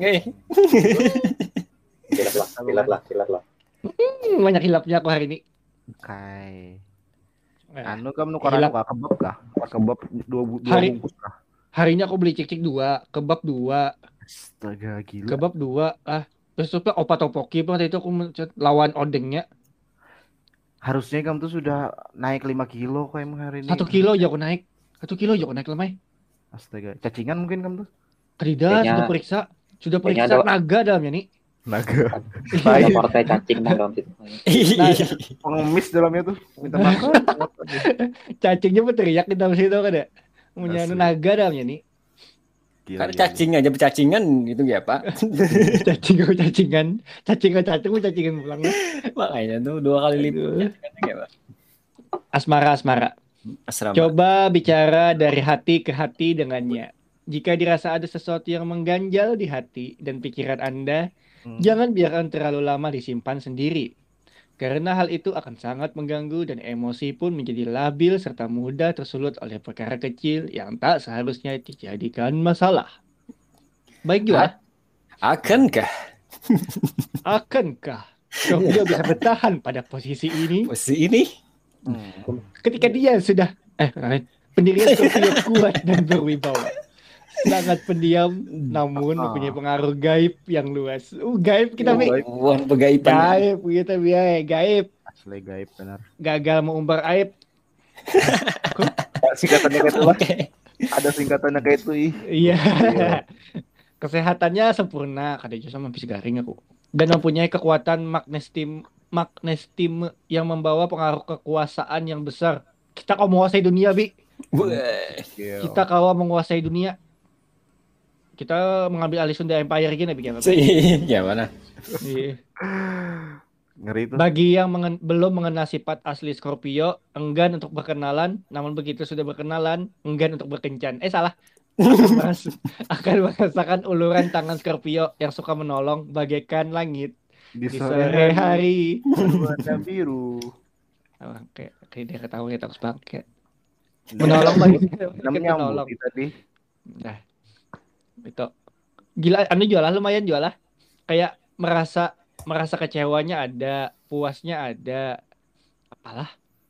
S2: Silat lah.
S1: Banyak hilapnya aku hari ini.
S3: Kai. Anu kamu nukaran kebab kah? Kebab 2 bungkus kah?
S1: Hari ini aku beli cicik 2, kebab 2.
S3: Astaga gila.
S1: Kebab 2. Terus opat topoki waktu itu aku lawan odengnya.
S3: Harusnya kamu tuh sudah naik 5 kilo kok emang hari ini.
S1: 1 kilo aja aku naik. 1 kilo aja aku naik lemai.
S3: Astaga, cacingan mungkin kamu tuh?
S1: Tidak, sudah periksa naga dalamnya nih.
S3: Naga.
S2: Ada partai cacing dalam situ.
S3: Pengemis dalamnya tuh. Minta makan.
S1: Cacingnya berteriak di dalam situ kan ya. Punya naga dalamnya nih.
S4: Kan cacing aja bercacingan gitu ya Pak.
S1: Cacingan pulang.
S4: Makanya tuh 2 kali lipat.
S1: Asmara.
S4: Asrama.
S1: Coba bicara dari hati ke hati dengannya. Jika dirasa ada sesuatu yang mengganjal di hati dan pikiran Anda, jangan biarkan terlalu lama disimpan sendiri. Karena hal itu akan sangat mengganggu dan emosi pun menjadi labil serta mudah tersulut oleh perkara kecil yang tak seharusnya dijadikan masalah. Baik juga.
S4: Akankah
S1: Scorpio bisa bertahan pada posisi ini? Ketika dia sudah pendirian Scorpio kuat dan berwibawa. Sangat pendiam namun mempunyai pengaruh gaib yang luas. Gaib kita gaib kita gaib.
S3: Asli gaib benar.
S1: Gagal mengumbar aib.
S3: Singkatannya kayak itu lah. Ada singkatannya kayak itu.
S1: Iya. Kesehatannya sempurna, kata Joshua mampis garing aku. Dan mempunyai kekuatan magnetisme yang membawa pengaruh kekuasaan yang besar. Kita kau menguasai dunia, Bi. Kita kau menguasai dunia. Kita mengambil alih Sunda Empire gini bikin apa?
S4: Ya mana?
S3: Ngeri itu.
S1: Bagi yang belum mengenal sifat asli Scorpio, enggan untuk berkenalan, namun begitu sudah berkenalan, enggan untuk berkencan. Salah. Akan merasakan uluran tangan Scorpio yang suka menolong bagaikan langit di sore hari.
S3: Warna biru.
S1: Kayak dia ketawa kita harus bangke. Menolong
S3: menolong tadi.
S1: Nah. Itu gila, lumayan jualah. Kayak merasa kecewanya ada, puasnya ada. Apalah.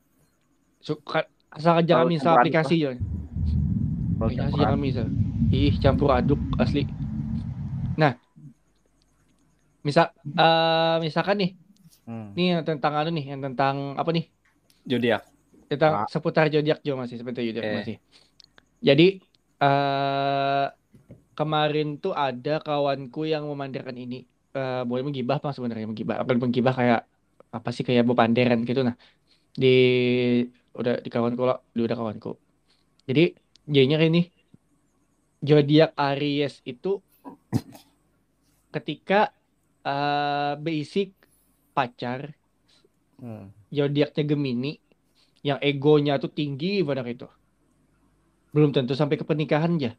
S1: Asal jangan misal aplikasi ya. Aplikasi jangan misal. Campur aduk asli. Nah, misalkan nih. Nih yang tentang yang tentang apa nih?
S4: Zodiak.
S1: Tentang seputar zodiak juga masih, seputar zodiak masih. Jadi kemarin tuh ada kawanku yang memandirkan ini. Boleh menggibah Bang sebenarnya menggibah kayak apa sih, kayak bepanderan gitu. Nah, udah kawanku. Jadi jadinya kayak ini. Zodiak Aries itu ketika basic pacar zodiaknya Gemini yang egonya tuh tinggi pada itu. Belum tentu sampai ke pernikahan ya.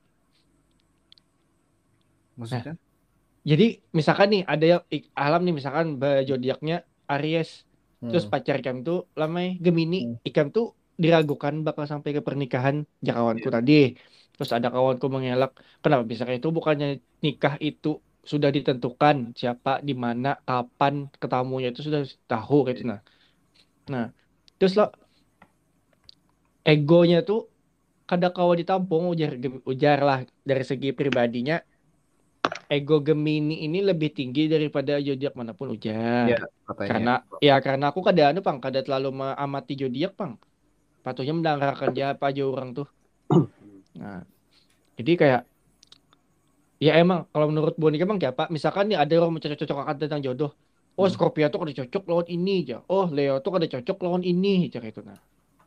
S3: Maksudnya?
S1: Jadi misalkan nih ada yang alam nih, misalkan zodiaknya Aries, terus pacar Ikam tuh lamai Gemini, Ikam tuh diragukan bakal sampai ke pernikahan kawanku tadi. Terus ada kawanku mengelak, kenapa bisa kayak itu? Bukannya nikah itu sudah ditentukan siapa, di mana, kapan ketemunya itu sudah tahu gitu. Nah terus lo egonya tuh kadang kawan ditampung, ujar lah dari segi pribadinya. ego Gemini ini lebih tinggi daripada zodiak manapun Ujar.
S3: Iya, katanya.
S1: Karena aku kada terlalu mengamati zodiak, Pang. Patuhnya mendengarkan dia apa aja orang tuh. Nah, jadi kayak ya emang kalau menurut Bonika emang kayak apa? Misalkan nih ada orang mencocok-cocokkan tentang jodoh. Oh, Scorpio tuh kada cocok lawan ini aja. Oh, Leo tuh kada cocok lawan ini aja gitu. Nah,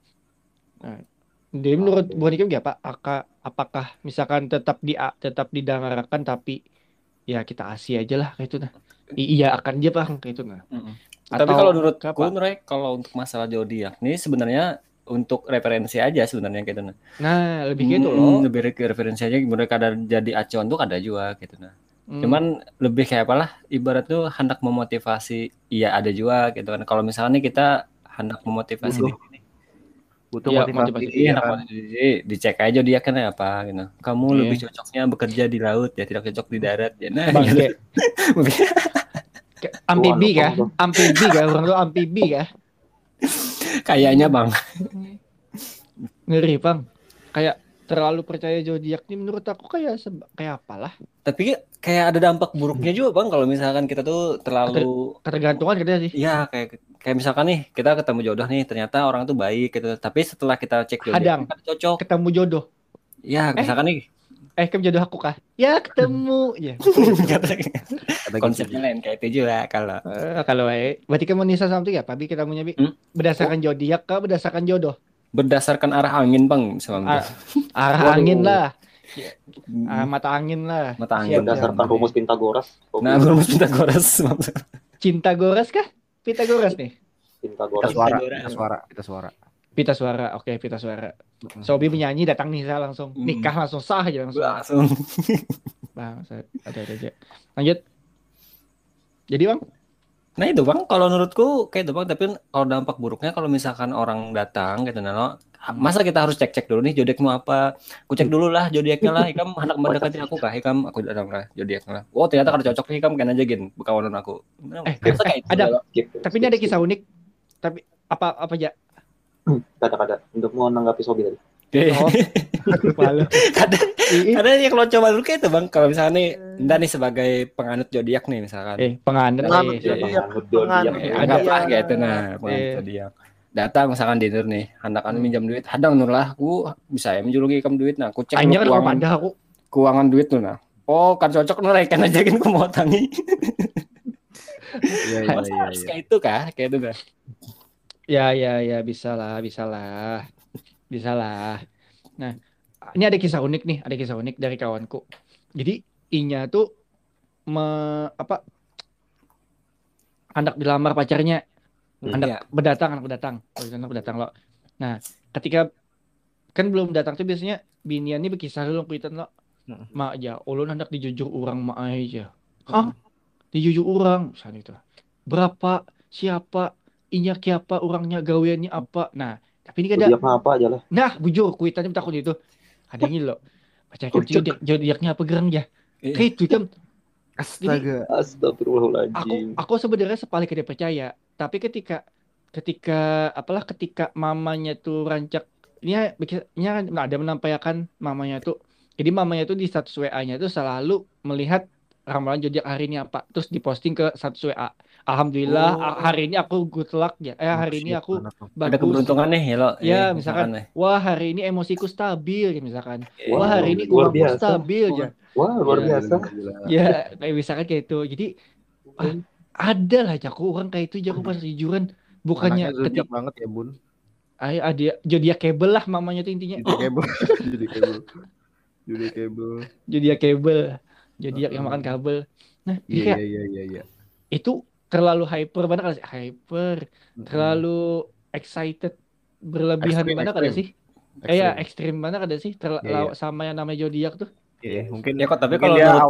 S1: jadi menurut Bonika kayak apa? Apakah misalkan tetap didengarkan tapi ya kita asih aja lah kayak itu nah. Iya akan aja Bang kayak itu nah.
S4: Tapi kalau menurutku kalau untuk masalah zodiak ini sebenarnya untuk referensi aja sebenarnya gitu
S1: nah lebih gitu loh
S4: lebih referensi aja mereka ada jadi acuan tuh ada juga gitu nah cuman lebih kayak apalah ibarat tuh hendak memotivasi iya ada juga gitu kan kalau misalnya kita hendak memotivasi
S3: butuh motivasi
S4: iya kan? Dicek aja dia kan apa gitu kamu lebih cocoknya bekerja di laut ya tidak cocok di darat ya nah gitu.
S1: Amfibi orang tuh amfibi kah?
S4: Kayaknya Bang.
S1: Ngeri Bang. Kayak terlalu percaya zodiak nih menurut aku kayak apalah.
S4: Tapi kayak ada dampak buruknya juga Bang kalau misalkan kita tuh terlalu
S1: ketergantungan gitu sih.
S4: Iya kayak misalkan nih kita ketemu jodoh nih ternyata orang tuh baik gitu tapi setelah kita cek
S1: zodiak cocok ketemu jodoh.
S4: Ya misalkan nih
S1: kamu jodoh aku kah? Ya ketemu ya.
S4: Konsepnya lain kayak itu juga kalau
S1: berarti kamu Nisa sama tuh ya Pabi kita punya berdasarkan zodiak kah berdasarkan jodoh?
S4: Berdasarkan arah angin Bang sama
S1: arah angin lah. Mata angin lah.
S2: Mata angin berdasarkan rumus Pitagoras.
S4: Nah, rumus Pitagoras.
S1: Cinta Goras kah? Pitagoras nih. Pita suara. Oke, Pita suara. Sobi menyanyi datang Nisa langsung. Nikah langsung sah aja langsung. Bang, ada aja. Lanjut. Jadi Bang?
S4: Nah itu Bang, kalau menurutku kayak itu Bang, tapi kalau dampak buruknya kalau misalkan orang datang gitu masa kita harus cek dulu nih zodiakmu apa? Aku cek dulu lah zodiaknya lah, ikam hendak mendekati aku kah? Ikam aku datang lah zodiaknya lah. Oh ternyata kada cocok nih ikam kan aja gin berkawanan aku.
S1: Ada. Tapi ini ada kisah unik. Tapi apa aja?
S2: Kata-kata untuk mau menanggapi Sobi tadi.
S4: Kadang yang lo coba dulu kayak itu Bang, kalau misalnya nih sebagai penganut zodiak nih misalkan.
S1: Penganut
S2: zodiak.
S4: Anggaplah gitu penganut zodiak. Datang misalkan dinner nih, hendak minjam duit, hadang nur lah, aku bisa ya menjuluki kamu duit nah, aku cek keuangan duit tuh nah. Oh, kan cocok nur kan aja kan aku mau tangi. Iya. Kayak itu kah? Kayak itu kah?
S1: Ya, bisa lah. Nah, ini ada kisah unik dari kawanku. Jadi, Inya tuh hendak dilamar pacarnya. Hendak berdatang lo. Nah, ketika kan belum datang tuh biasanya binian ini berkisah dulu kuitan lo. Mak aja, ulun hendak dijujur orang mak aja. Hah? Dijujur orang misalnya itu. Berapa? Siapa? Inya siapa orangnya gaweannya apa nah tapi ini kada
S2: apa aja lah
S1: nah bujur kuitannya takut itu ada ini loh baca zodiaknya apa gerang ya kayak itu kan
S2: astagfirullahaladzim
S1: aku sebenarnya sepalik kada percaya tapi ketika mamanya tuh rancak ini ada menampilkan mamanya tuh jadi mamanya tuh di status WA-nya tuh selalu melihat ramalan zodiak hari ini apa terus diposting ke status WA. Alhamdulillah hari ini aku good luck ya. Hari ini aku bagus.
S4: Ada keberuntungan nih ya lo.
S1: Ya misalkan wah hari ini emosiku stabil ya misalkan. Wah hari ini uangku stabil ya.
S2: Wah luar biasa.
S1: Ya kayak misalkan kayak itu. Jadi ada lah jago orang kayak itu jago pas jujuran bukannya
S3: ketik banget ya Bun.
S1: Ada zodiak kabel lah mamanya tuh intinya. Zodiak kabel. Zodiak yang makan kabel. Nah,
S3: iya.
S1: Itu terlalu hyper banget terlalu excited berlebihan banget ada sih ekstrim banget ada sih sama yang namanya zodiak tuh
S4: mungkin ya kok tapi kalau menurut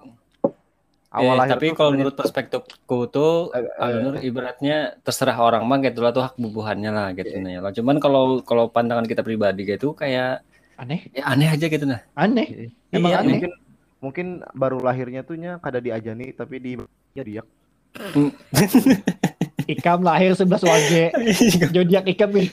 S4: menurut perspektifku tuh ibaratnya terserah orang mah gitu lah tuh hak bubuhannya lah gitu nih lah cuman kalau pandangan kita pribadi gitu kayak aneh aja gitu nah
S1: emang aneh
S3: mungkin baru lahirnya tuhnya kada diajani tapi di zodiak
S1: Ikam lahir 11 Wage. Zodiak Ikam nih.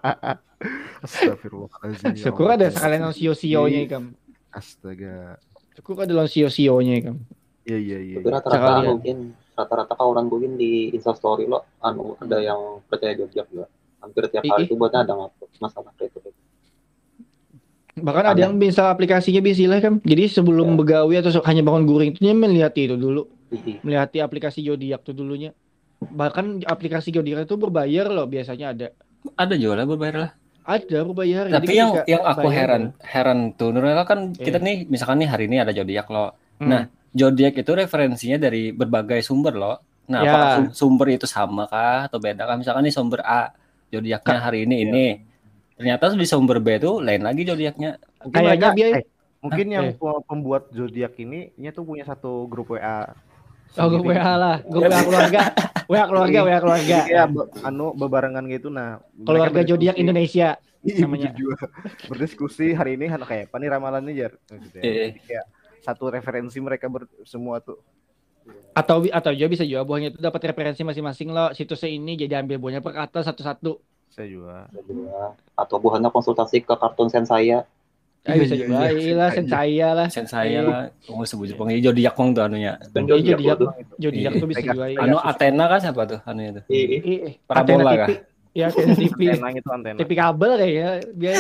S3: Astagfirullahaladzim.
S1: Syukur ada sekalian sio-sionya Ikam.
S3: Astaga.
S1: Aku adalah sio-sionya kan.
S2: Iya. Tapi rata-rata kawan gue di Instastory lo, ada yang percaya zodiak juga. Hampir tiap hari itu buatnya ada masalah kayak itu.
S1: Bahkan ada yang bisa aplikasinya bisa kan. Jadi sebelum begawi atau hanya bangun guring itu melihat itu dulu. Melihat aplikasi zodiak itu dulunya. Bahkan aplikasi zodiak itu berbayar loh biasanya ada.
S4: Ada juga lah berbayar lah.
S1: Ada berbayar.
S4: Tapi yang aku heran tuh Nurul kan kita nih misalkan nih hari ini ada zodiak lo. Nah, zodiak itu referensinya dari berbagai sumber loh. Nah, apakah sumber itu sama kah atau beda kah? Misalkan nih sumber A zodiaknya hari ini. Ternyata di sumber B itu lain lagi zodiaknya.
S1: Kayaknya
S3: mungkin yang pembuat zodiak ini tuh punya satu grup WA.
S1: Grup WA lah, grup WA keluarga.
S3: Iya, bebarengan gitu. Nah,
S1: keluarga zodiak Indonesia namanya.
S3: Berdiskusi hari ini kayak apa nih ramalannya Jar. Kayak satu referensi mereka semua tuh.
S1: Atau juga bisa juga buahnya itu dapat referensi masing-masing loh. Situsnya ini jadi ambil buahnya per kata satu-satu.
S3: Saya juga.
S2: Atau buahnya konsultasi ke kartun Sensaya.
S1: Bisa juga. Iya, Sensaya lah.
S4: Tunggu sebut panggil zodiak mang tuh anunya.
S1: Zodiak tuh bisa juga.
S4: Athena kan siapa tuh anunya tuh?
S1: Parabola kah? Iya, TV.
S3: Antena.
S1: TV kabel kayaknya biar.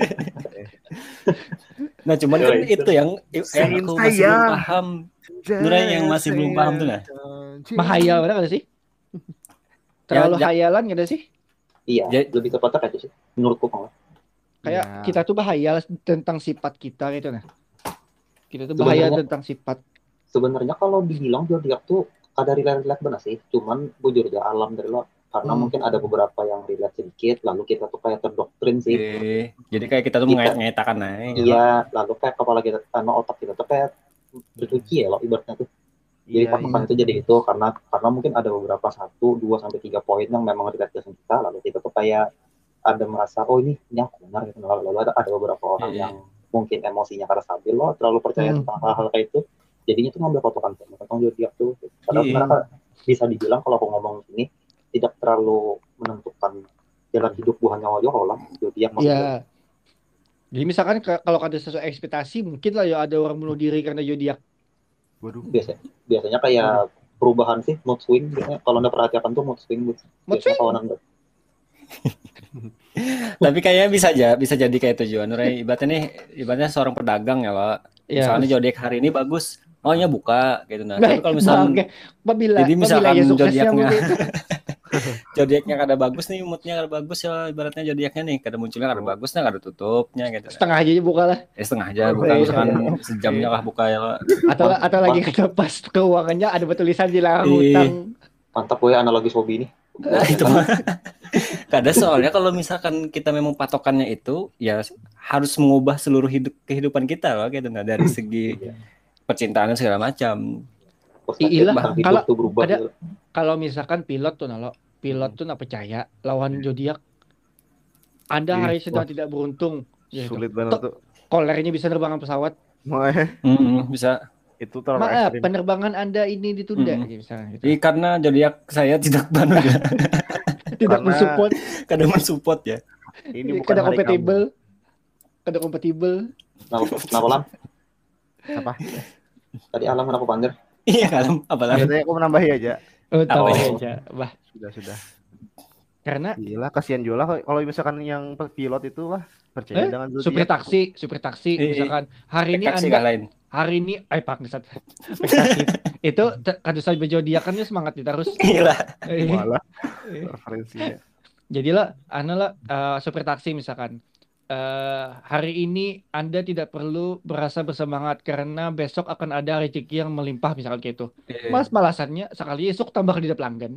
S4: Nah, cuman kan itu yang aku masih belum paham. Nurai yang masih belum paham tuh nah.
S1: Mahayal benar enggak sih? Terlalu hayalan enggak ada sih?
S2: Iya, lebih tepatnya kayak sih menurutku malah.
S1: Kayak kita tuh bahaya tentang sifat kita gitu nah. Kita tuh bahaya tentang sifat.
S2: Sebenarnya kalau dibilang zodiak tuh ada relate benar sih, cuman bujur aja alam dari lo karena mungkin ada beberapa yang relate sedikit, lalu kita tuh kayak terdoktrin sih.
S4: Jadi kayak kita tuh mengait-ngaitakan aja.
S2: Iya, lalu kayak kepala kita karena otak kita tuh kayak tercuci ya lo ibaratnya tuh. Jadi patokan itu jadi itu karena mungkin ada beberapa 1, 2 sampai 3 poin yang memang relate dengan kita, lalu kita tuh kayak ada merasa ini aku benar gitu. Lalu ada beberapa orang yang mungkin emosinya karena stabil lo terlalu percaya tentang hal-hal kayak itu, jadinya tuh ngambil potongan tentang zodiak tuh. Padahal sebenarnya bisa dibilang kalau aku ngomong ini tidak terlalu menentukan jalan hidup buah nyawa lah zodiak maksudnya.
S1: Jadi misalkan kalau ada sesuatu ekspektasi mungkin lah ya ada orang bunuh diri karena zodiak.
S3: Waduh.
S2: Biasanya kayak perubahan sih, mood swing. Biasanya kalau anda perhatikan tuh mood swing.
S4: Tapi kayaknya bisa jadi kayak tujuan. Nurai ibaratnya seorang pedagang ya Pak. Misalnya zodiak hari ini bagus, buka gitu nah. Tapi kalau misalnya jadi misalkan zodiaknya kada bagus nih, moodnya kada bagus ya ibaratnya zodiaknya nih kada munculnya kada bagus nah kada tutupnya gitu.
S1: Setengah aja buka lah.
S4: Setengah aja buka misalkan sejamnya lah buka ya Pak.
S1: Atau lagi kada pas keuangannya ada tulisan di larang hutang.
S2: Mantap gue analogi Sobi nih.
S4: Nah, itu mah. Kada soalnya kalau misalkan kita memang patokannya itu ya harus mengubah seluruh kehidupan kita loh gitu nah dari segi percintaan segala macam.
S1: Iya kalau misalkan pilot tuh nggak percaya lawan zodiak. Anda hari sedang tidak beruntung.
S3: Sulit banget tuh.
S1: Kolernya bisa nerbangkan pesawat.
S4: Bisa.
S3: Itu
S1: maaf, penerbangan Anda ini ditunda misalnya.
S4: Gitu. Karena zodiak saya tidak
S1: tidak mensupport.
S4: Kadang mensupport ya.
S3: Ini bukan
S1: kompatibel.
S2: Kenapa Lam?
S3: Apa?
S2: Tadi Alam kenapa Pander?
S4: Iya Alam, apa lagi?
S3: Biasanya aku menambahi aja.
S1: Tambahin aja.
S3: Sudah.
S1: Karena
S3: gila kasihan juga kalau misalkan yang pilot itu lah percaya dengan
S1: supir taksi misalkan hari ini Anda itu kadusan zodiak kan semangat terus.
S4: Gila.
S3: Malah referensinya.
S1: Jadilah supir taksi misalkan hari ini Anda tidak perlu berasa bersemangat karena besok akan ada rezeki yang melimpah misalkan kayak itu. Mas malasannya sekali esok tambah di pelanggan.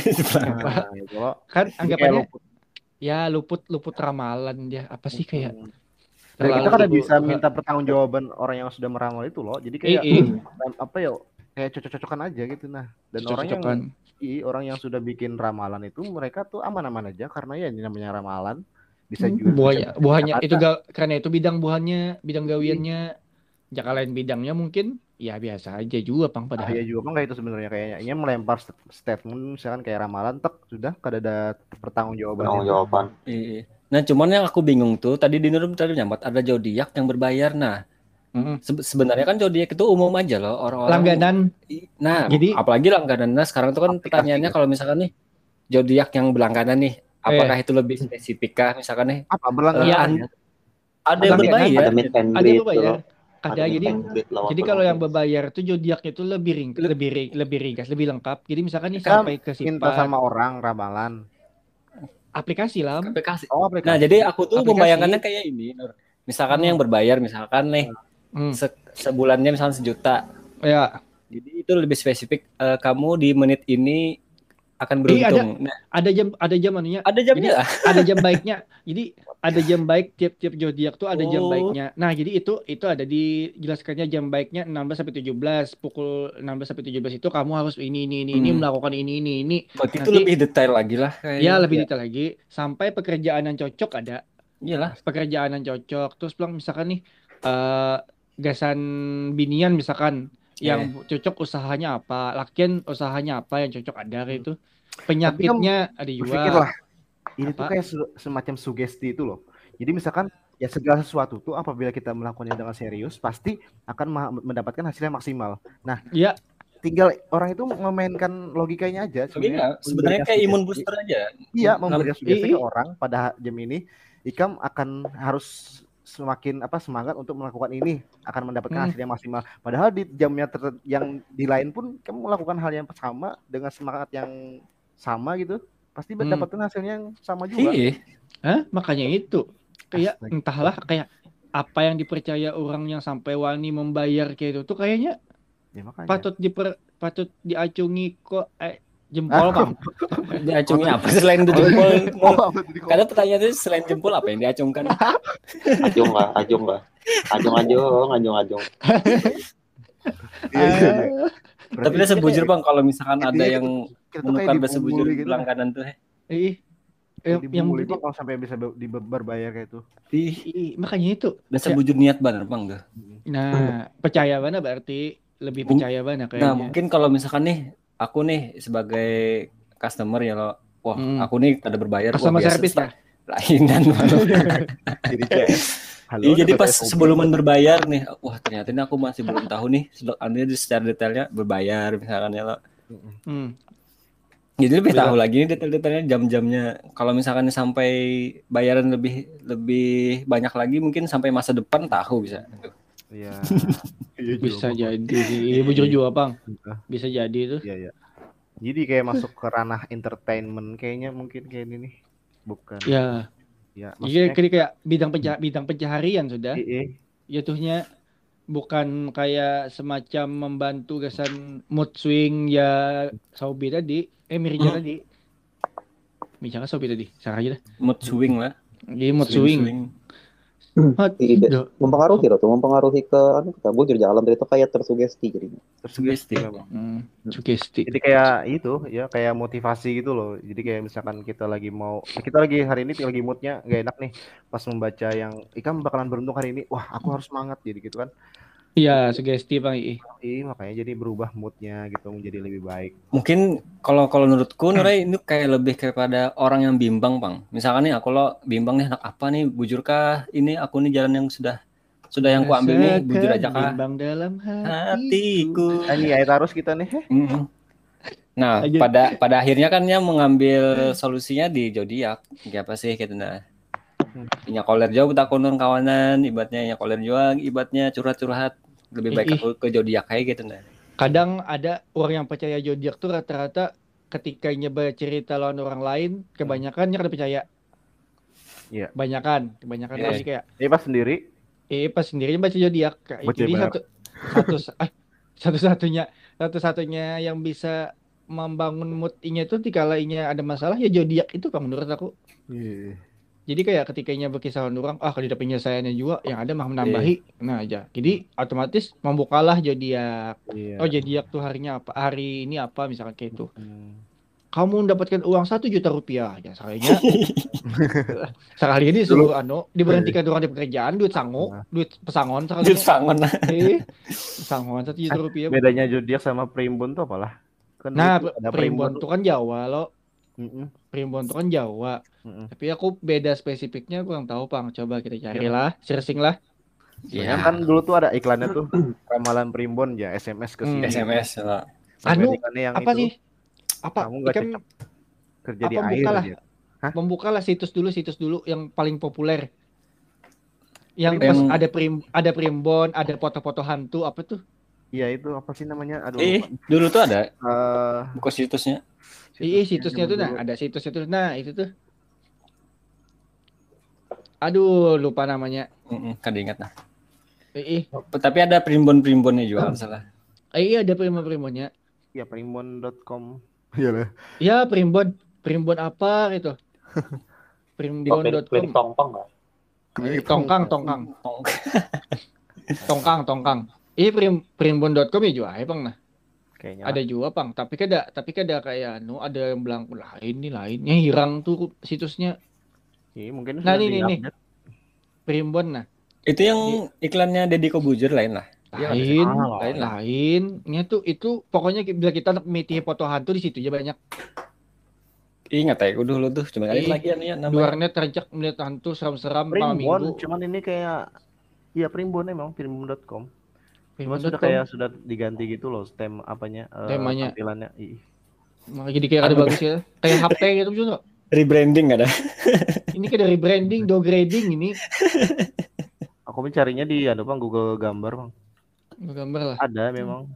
S1: Kan anggapannya luput ramalan dia apa sih kayak.
S3: Kita kan bisa minta pertanggungjawaban orang yang sudah meramal itu loh. Jadi kayak kayak cocok-cocokan aja gitu nah. Dan orang yang sudah bikin ramalan itu mereka tuh aman-aman aja karena ya ini namanya ramalan. Bisa juga
S1: buahnya itu karena itu bidang gawiannya jika lain bidangnya mungkin ya biasa aja juga padahal
S3: juga kayak itu sebenarnya kayaknya melempar statement misalkan kayak ramalan sudah kada ada pertanggungjawaban.
S4: Nah cuman yang aku bingung tuh tadi di Nur tadi nyambat ada zodiak yang berbayar nah Sebenarnya kan zodiak itu umum aja loh orang-orang.
S1: Langganan.
S4: Nah, jadi apalagi langganan. Nah, sekarang tuh kan pertanyaannya kalau misalkan nih zodiak yang berlangganan nih, apakah itu lebih spesifik kah misalkan nih?
S3: Apa berlangganan?
S4: Ada yang berbayar.
S1: Ada yang berbayar. Ada jadi kalau yang berbayar itu zodiaknya itu lebih ringkas, lebih lengkap. Jadi misalkan nih sampai ke sifat
S3: minta sama orang ramalan.
S1: Aplikasi lah.
S4: Aplikasi. Nah, jadi aku tuh membayangkannya kayak ini. Misalkan yang berbayar, misalkan nih sebulannya misalnya 1 juta.
S1: Ya.
S4: Jadi itu lebih spesifik. Kamu di menit ini akan beruntung.
S1: Ada jam anunya.
S4: Ada jamnya.
S1: Ada jam baiknya. Jadi ada jam baik tiap zodiak tuh ada jam baiknya. Nah, jadi itu ada dijelaskannya jam baiknya 16 sampai 17. Pukul 16 sampai 17 itu kamu harus ini melakukan ini.
S4: Berarti itu lebih detail lagi lah kayaknya.
S1: Ya, lebih detail lagi. Sampai pekerjaan yang cocok ada.
S4: Iyalah,
S1: pekerjaan yang cocok. Terus bilang misalkan nih gasan binian misalkan yang cocok usahanya apa, lakian usahanya apa yang cocok ada kayak itu. Penyakitnya ada juga.
S3: Berpikirlah, ini tuh kayak semacam sugesti itu loh. Jadi misalkan ya segala sesuatu tuh apabila kita melakukannya dengan serius pasti akan mendapatkan hasil yang maksimal. Nah,
S1: ya
S3: tinggal orang itu memainkan logikanya aja.
S4: Sebenarnya kayak imun booster aja.
S3: Iya, memberikan sugesti ke orang pada jam ini, Ikam akan harus semakin semangat untuk melakukan ini, akan mendapatkan hasil yang maksimal. Padahal di jamnya yang di lain pun kamu melakukan hal yang sama dengan semangat yang sama gitu, pasti mendapatkan hasilnya yang sama juga.
S1: Makanya itu kayak entahlah kayak apa yang dipercaya orang yang sampai wani membayar kayak itu tuh kayaknya patut diacungi kok jempol Bang.
S4: Diacungi apa selain jempol? Karena pertanyaannya selain jempol apa yang diacungkan?
S2: Ajung.
S4: Tapi udah sebujur Bang kalau misalkan ada yang menemukan bahasa bujur langganan tuh.
S3: Yang itu kalau sampai bisa berbayar kayak itu.
S1: Makanya itu.
S4: Bahasa bujur niat banget Bang tuh.
S1: Nah, percaya banget berarti lebih percaya banget kayaknya.
S4: Nah, mungkin kalau misalkan nih aku nih sebagai customer ya lo, aku nih ada berbayar.
S1: Customer service ya?
S4: Lainan. Jadi pas sebelum berbayar nih, wah ternyata ini aku masih belum tahu nih, secara detailnya berbayar misalkan ya lo. Jadi lebih tahu lagi nih detail-detailnya, jam-jamnya. Kalau misalkan sampai bayaran lebih banyak lagi, mungkin sampai masa depan tahu bisa.
S3: Iya.
S1: Bisa jadi sih. Bujur juga Bang. Bisa jadi itu.
S3: Iya. Jadi kayak masuk ke ranah entertainment kayaknya mungkin kayak ini nih. Bukan.
S1: Ya. Iya kayak bidang pencaharian sudah. Jatuhnya bukan kayak semacam membantu gasan mood swing ya Sobi tadi. Mirja tadi. Misalnya Sobi tadi. Sarah aja dah.
S4: Mood swing lah.
S1: Iya mood swing.
S2: Mempengaruhi ke kita bujur jalan itu kayak tersugesti jadinya.
S1: Sugesti.
S3: Jadi kayak itu ya kayak motivasi gitu loh. Jadi kayak misalkan kita lagi hari ini lagi moodnya nggak enak nih, pas membaca yang Ikam bakalan beruntung hari ini, wah aku harus semangat jadi gitu kan.
S1: Iya, sugesti Bang.
S3: Makanya jadi berubah moodnya gitu menjadi lebih baik.
S4: Mungkin kalau menurutku Nurai ini kayak lebih kepada orang yang bimbang Bang. Misalkan nih aku lo bimbang nih anak apa nih, bujurkah ini aku nih jalan yang sudah yang ku ambil nih, bujur aja kah?
S1: Bimbang dalam
S4: hatiku.
S3: Ini ayat harus kita nih.
S4: Nah, pada akhirnya kan dia mengambil solusinya di zodiak. Kayak apa sih gitu nah. Nya koler jauh tak konon kawanan, ibatnya nya koler juang, ibatnya curhat-curhat. Lebih baik aku ke zodiak kayak gitu nah.
S1: Kadang ada orang yang percaya zodiak tuh rata-rata ketika bercerita lawan orang lain, kebanyakannya kada percaya.
S3: Iya.
S1: Kebanyakan pasti kayak.
S3: Pas sendiri.
S1: Pas sendiri baca zodiak. Jadi satu-satunya yang bisa membangun mood-nya itu dikala inya ada masalah ya zodiak itu Bang menurut aku. Jadi kayak ketikanya berkisah orang, kalau tidak penyelesaiannya juga yang ada mah menambahi. Nah aja. Jadi otomatis membukalah zodiak. Oh zodiak tuh hari ini apa misalkan kayak itu. Kamu mendapatkan uang 1 juta rupiah ya sekalinya. Sekali ini suruh diberhentikan orang di pekerjaan, duit pesangon sekalinya.
S4: Duit pesangon.
S1: Pesangon 1 juta rupiah.
S3: Bedanya zodiak sama primbon tuh apalah?
S1: Nah, primbon tuh kan Jawa loh. Primbon tuh kan Jawa. Tapi aku beda spesifiknya kurang tahu Bang. Coba kita carilah, searching lah.
S3: Soalnya kan dulu tuh ada iklannya tuh ramalan primbon ya SMS ke sini.
S4: SMS lah.
S1: Apa sih? Apa?
S3: Kamu nggak cocok kerja di air dia.
S1: Membukalah situs dulu yang paling populer. Yang ada primbon, ada foto-foto hantu apa tuh?
S3: Iya itu apa sih namanya? Aduh.
S4: Dulu tuh ada buka situsnya.
S1: Situsnya tuh ada situsnya tuh. Nah, itu tuh. Aduh, lupa namanya.
S4: Kan diingat nah. Tapi ada primbon-primbonnya juga kan salah.
S1: Iya, ada primbon-primbonnya.
S3: Ya primbon.com.
S1: Iya, primbon apa gitu. Primbon.com. Tongkang. Primbon.com ya juga Bang nah. Kayaknya ada juga Bang, tapi kada kayak ada yang bilang lainnya hilang tuh situsnya.
S3: Mungkin
S1: nah ini Primbon nah.
S4: Itu yang iklannya Deddy Kobuzer lain lah.
S1: Lainnya tuh itu pokoknya bila kita meeting foto hantu di situ aja banyak.
S3: Ingat ya, dulu tuh cuma kali lagi ya
S1: namanya. Luarnya terencak melihat hantu seram-seram malam minggu.
S3: Cuman ini kayak Primbon emang primbon.com. Cuma sudah diganti gitu loh temanya. Tampilannya.
S1: Jadi kayak ada bagus ya. Kayak HP gitu juga.
S4: Rebranding ada.
S1: Ini kayak rebranding, downgrading ini.
S3: Aku mencarinya di Google Gambar, Bang.
S1: Gambar lah.
S3: Ada memang.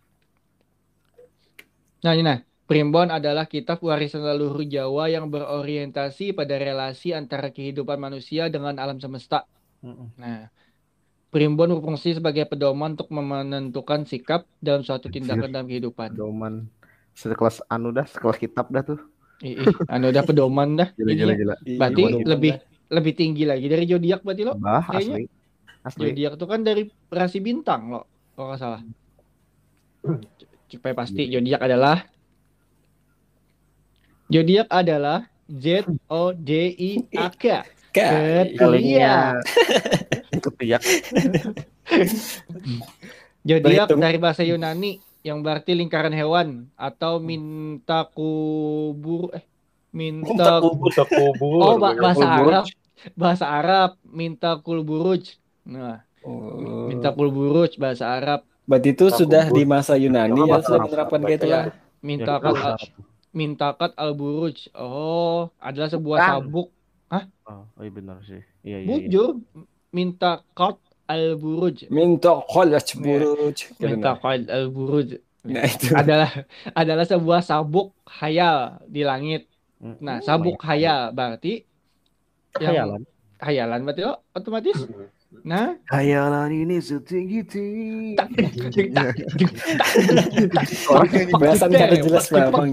S1: Nah, primbon adalah kitab warisan leluhur Jawa yang berorientasi pada relasi antara kehidupan manusia dengan alam semesta. Nah, primbon berfungsi sebagai pedoman untuk menentukan sikap dalam suatu tindakan dalam kehidupan.
S3: Pedoman sekelas sekelas kitab dah tuh.
S1: Udah pedoman dah.
S3: Gila.
S1: Berarti lebih tinggi lagi dari zodiak berarti lo.
S3: Asli.
S1: Zodiak tuh kan dari rasi bintang lo, kalau nggak salah. Supaya pasti zodiak adalah ZODIAK. Ketiak. Zodiak dari bahasa Yunani yang berarti lingkaran hewan atau minta kubur. Oh, bahasa Arab minta kulburuj. Nah, minta kulburuj bahasa Arab.
S4: Berarti itu sudah di masa Yunani ya sudah menerapkan kayak itulah.
S1: Mintakat al-buruj. Oh, adalah sebuah sabuk. Hah?
S3: Oh, iya benar sih. Iya.
S1: Bujur. Mintakat al-buruj.
S4: Mintakat
S1: al-buruj. Nah, itu adalah sebuah sabuk khayal di langit. Nah, sabuk khayal berarti khayalan berarti otomatis. Nah,
S3: khayalan ini setinggi.
S4: Bahasan kada jelas Bang.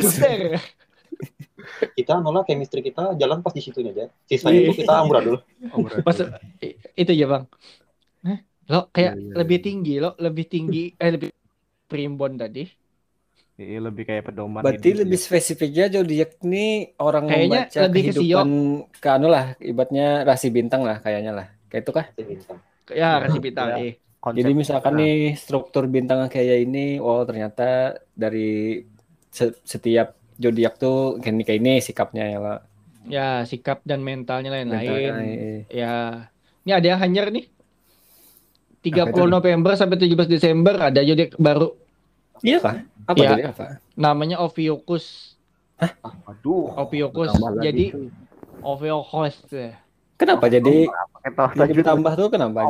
S2: Kita nolak chemistry kita jalan pas di situnya aja. Sisanya itu kita amburadul.
S1: Itu ya Bang. Lo kayak lebih tinggi lebih primbon tadi.
S3: Lebih kayak pedoman.
S4: Berarti lebih spesifiknya zodiak nih orang kayaknya membaca kehidupan ke ibaratnya rasi bintang lah kayaknya lah. Kayak itu kah?
S1: Ya, rasi bintang.
S4: Jadi misalkan nih struktur bintang kayak ini, ternyata dari setiap zodiak tuh kayak ini sikapnya ya lah.
S1: Ya, sikap dan mentalnya lain-lain. Ya. Ini ada yang hanyar nih. 30 November sampai 17 Desember ada zodiak baru.
S4: Iya kah? Apa zodiak apa?
S1: Namanya Ophiuchus.
S4: Hah?
S3: Aduh.
S1: Ophiuchus. Jadi Ophiuchus.
S4: Kenapa jadi ditambah tuh kenapa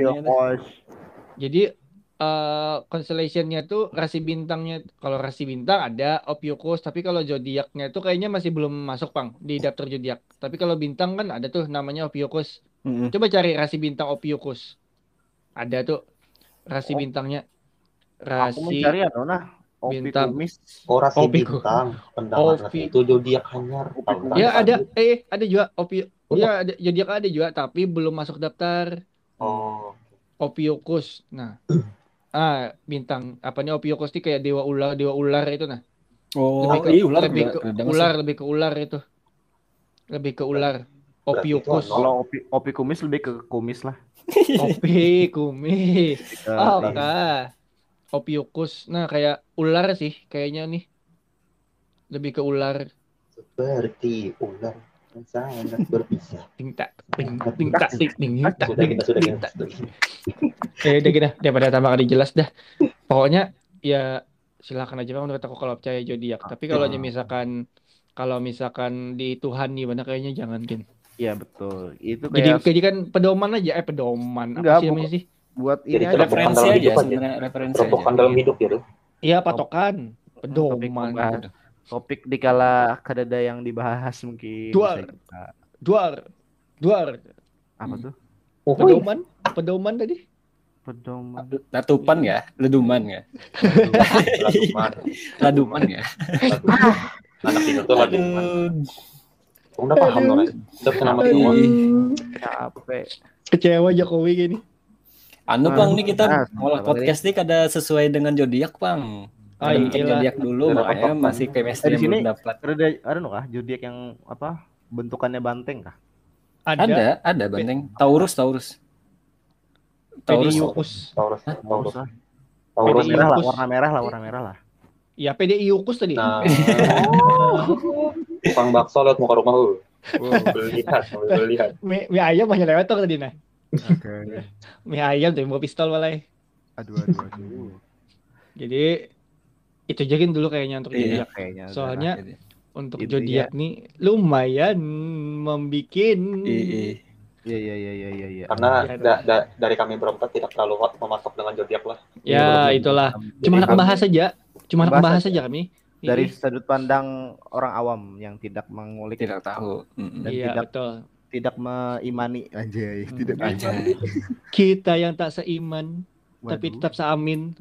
S4: jadi
S1: constellation-nya tuh rasi bintangnya, kalau rasi bintang ada Ophiuchus, tapi kalau zodiaknya tuh kayaknya masih belum masuk Bang di daftar zodiak. Tapi kalau bintang kan ada tuh namanya Ophiuchus. Coba cari rasi bintang Ophiuchus. Ada tuh rasi bintangnya.
S3: Aku mencari
S1: bintang.
S2: Rasi bintang. Pendengar itu zodiak hanyar.
S1: Ya ada juga ya ada zodiak ada juga tapi belum masuk daftar. Ophiuchus. Nah. Bintang apanya Ophiuchus itu kayak dewa ular itu nah. Lebih ke ular itu. Lebih ke ular. Ophiuchus.
S3: Kalau Opi kumis lebih ke kumis lah.
S1: Opi kumis. Ophiuchus. Nah, kayak ular sih kayaknya nih. Lebih ke ular.
S2: Seperti ular. Sangat berpisah.
S1: Udah gini, daripada tambah kali jelas dah. Pokoknya ya silakan aja Bang menurut aku kalau percaya zodiak. Tapi kalau misalkan di Tuhan nih benar kayaknya jangan Kin.
S3: Iya betul. Itu kayak
S1: jadi kan pedoman aja, pedoman.
S3: Enggak,
S1: apa sih namanya sih?
S3: Buat
S2: Jadi
S3: ini aja
S4: referensi aja sebenarnya, referensi aja.
S2: Patokan dalam hidup gitu.
S1: Iya, patokan. Pedoman.
S3: Topik dikala kadada yang dibahas mungkin.
S1: Duar.
S3: Apa tuh?
S1: Pedoman tadi.
S3: Pedoman.
S4: Letupan ya, leduman ya. Laduman ya.
S2: Anak itu tuh laduman. Udah paham loh, udah kenal semua.
S3: Capek.
S1: Kecewa Jokowi gini.
S4: Bang nih kita ngolah podcast nih kada sesuai dengan zodiak Bang. Zodiak dulu makanya masih chemistry yang belum dapat.
S3: Ada kah zodiak yang apa bentukannya banteng kah?
S4: Ada banteng. Taurus.
S2: Taurus
S3: merah lah, warna merah lah.
S1: Ya PDI Ukus tadi.
S2: Nah. Tukang bakso lewat muka rumah lu. Lihat.
S1: Mie ayam banyak lewat tuh tadi nah.
S3: Oke.
S1: Mie ayam tuh bawa pistol balai.
S3: Aduh.
S1: Jadi itu jadiin dulu kayaknya untuk zodiak. Soalnya untuk zodiak nih lumayan membikin.
S3: Iya.
S2: Karena dari kami berempat tidak terlalu mematok dengan zodiak lah.
S1: Ya itulah. Cuma anak bahas saja kami.
S3: Dari sudut pandang orang awam yang tidak mengulik,
S4: tidak tahu,
S3: dan tidak mengimani anjay, tidak
S4: anjay.
S1: Kita yang tak seiman. Tapi tetap seamin.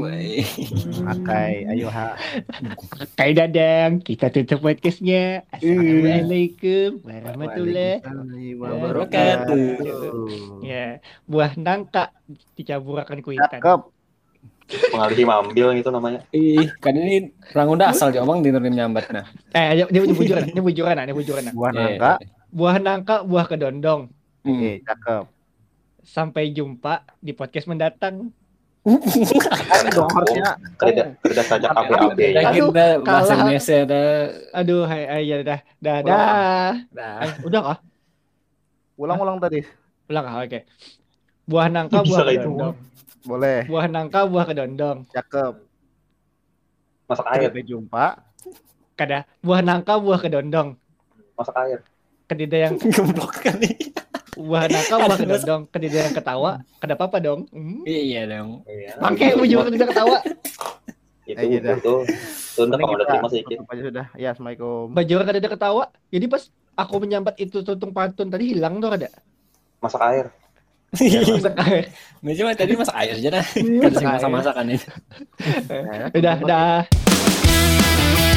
S3: Akai, ayo
S1: Akai Dadang, kita tutup podcastnya. Assalamualaikum warahmatullahi wabarakatuh. Ya, buah nangka dicaburakan kuitan.
S3: Cakep.
S2: Pengalihi mambil itu namanya.
S4: Kan ini rangunda asal Jawang dinurin nyambat nah.
S1: Ini bujuran. Buah nangka, buah kedondong.
S3: Cakep.
S1: Sampai jumpa di podcast mendatang.
S3: Dong harusnya
S2: kerja saja AB.
S4: Bahasa Indonesia dah.
S1: Aduh, ya dah. Udah kah?
S3: Ulang tadi.
S1: Ulang kah? Oke. Buah nangka, buah kedondong.
S3: Boleh.
S1: Buah nangka, buah kedondong.
S3: Cakep.
S2: Masak air.
S3: Sampai jumpa.
S1: Kada. Buah nangka, buah kedondong.
S2: Masak air.
S1: Kedida yang
S4: goblok kali.
S1: Buah nangka, buah kedondong. Kedida yang ketawa. Kada apa-apa dong.
S4: Iya dong.
S1: Bangke ujung kedida ketawa.
S2: Itu untuk kamu udah terima sedikit.
S3: Sudah. Ya, assalamualaikum.
S1: Bajor kada ketawa. Jadi pas aku menyambat itu tuntung pantun tadi hilang tuh kada.
S2: Masak air.
S1: Masak air.
S4: Cuma tadi masak air aja dah. Kan masak-masakan ini.
S1: Udah.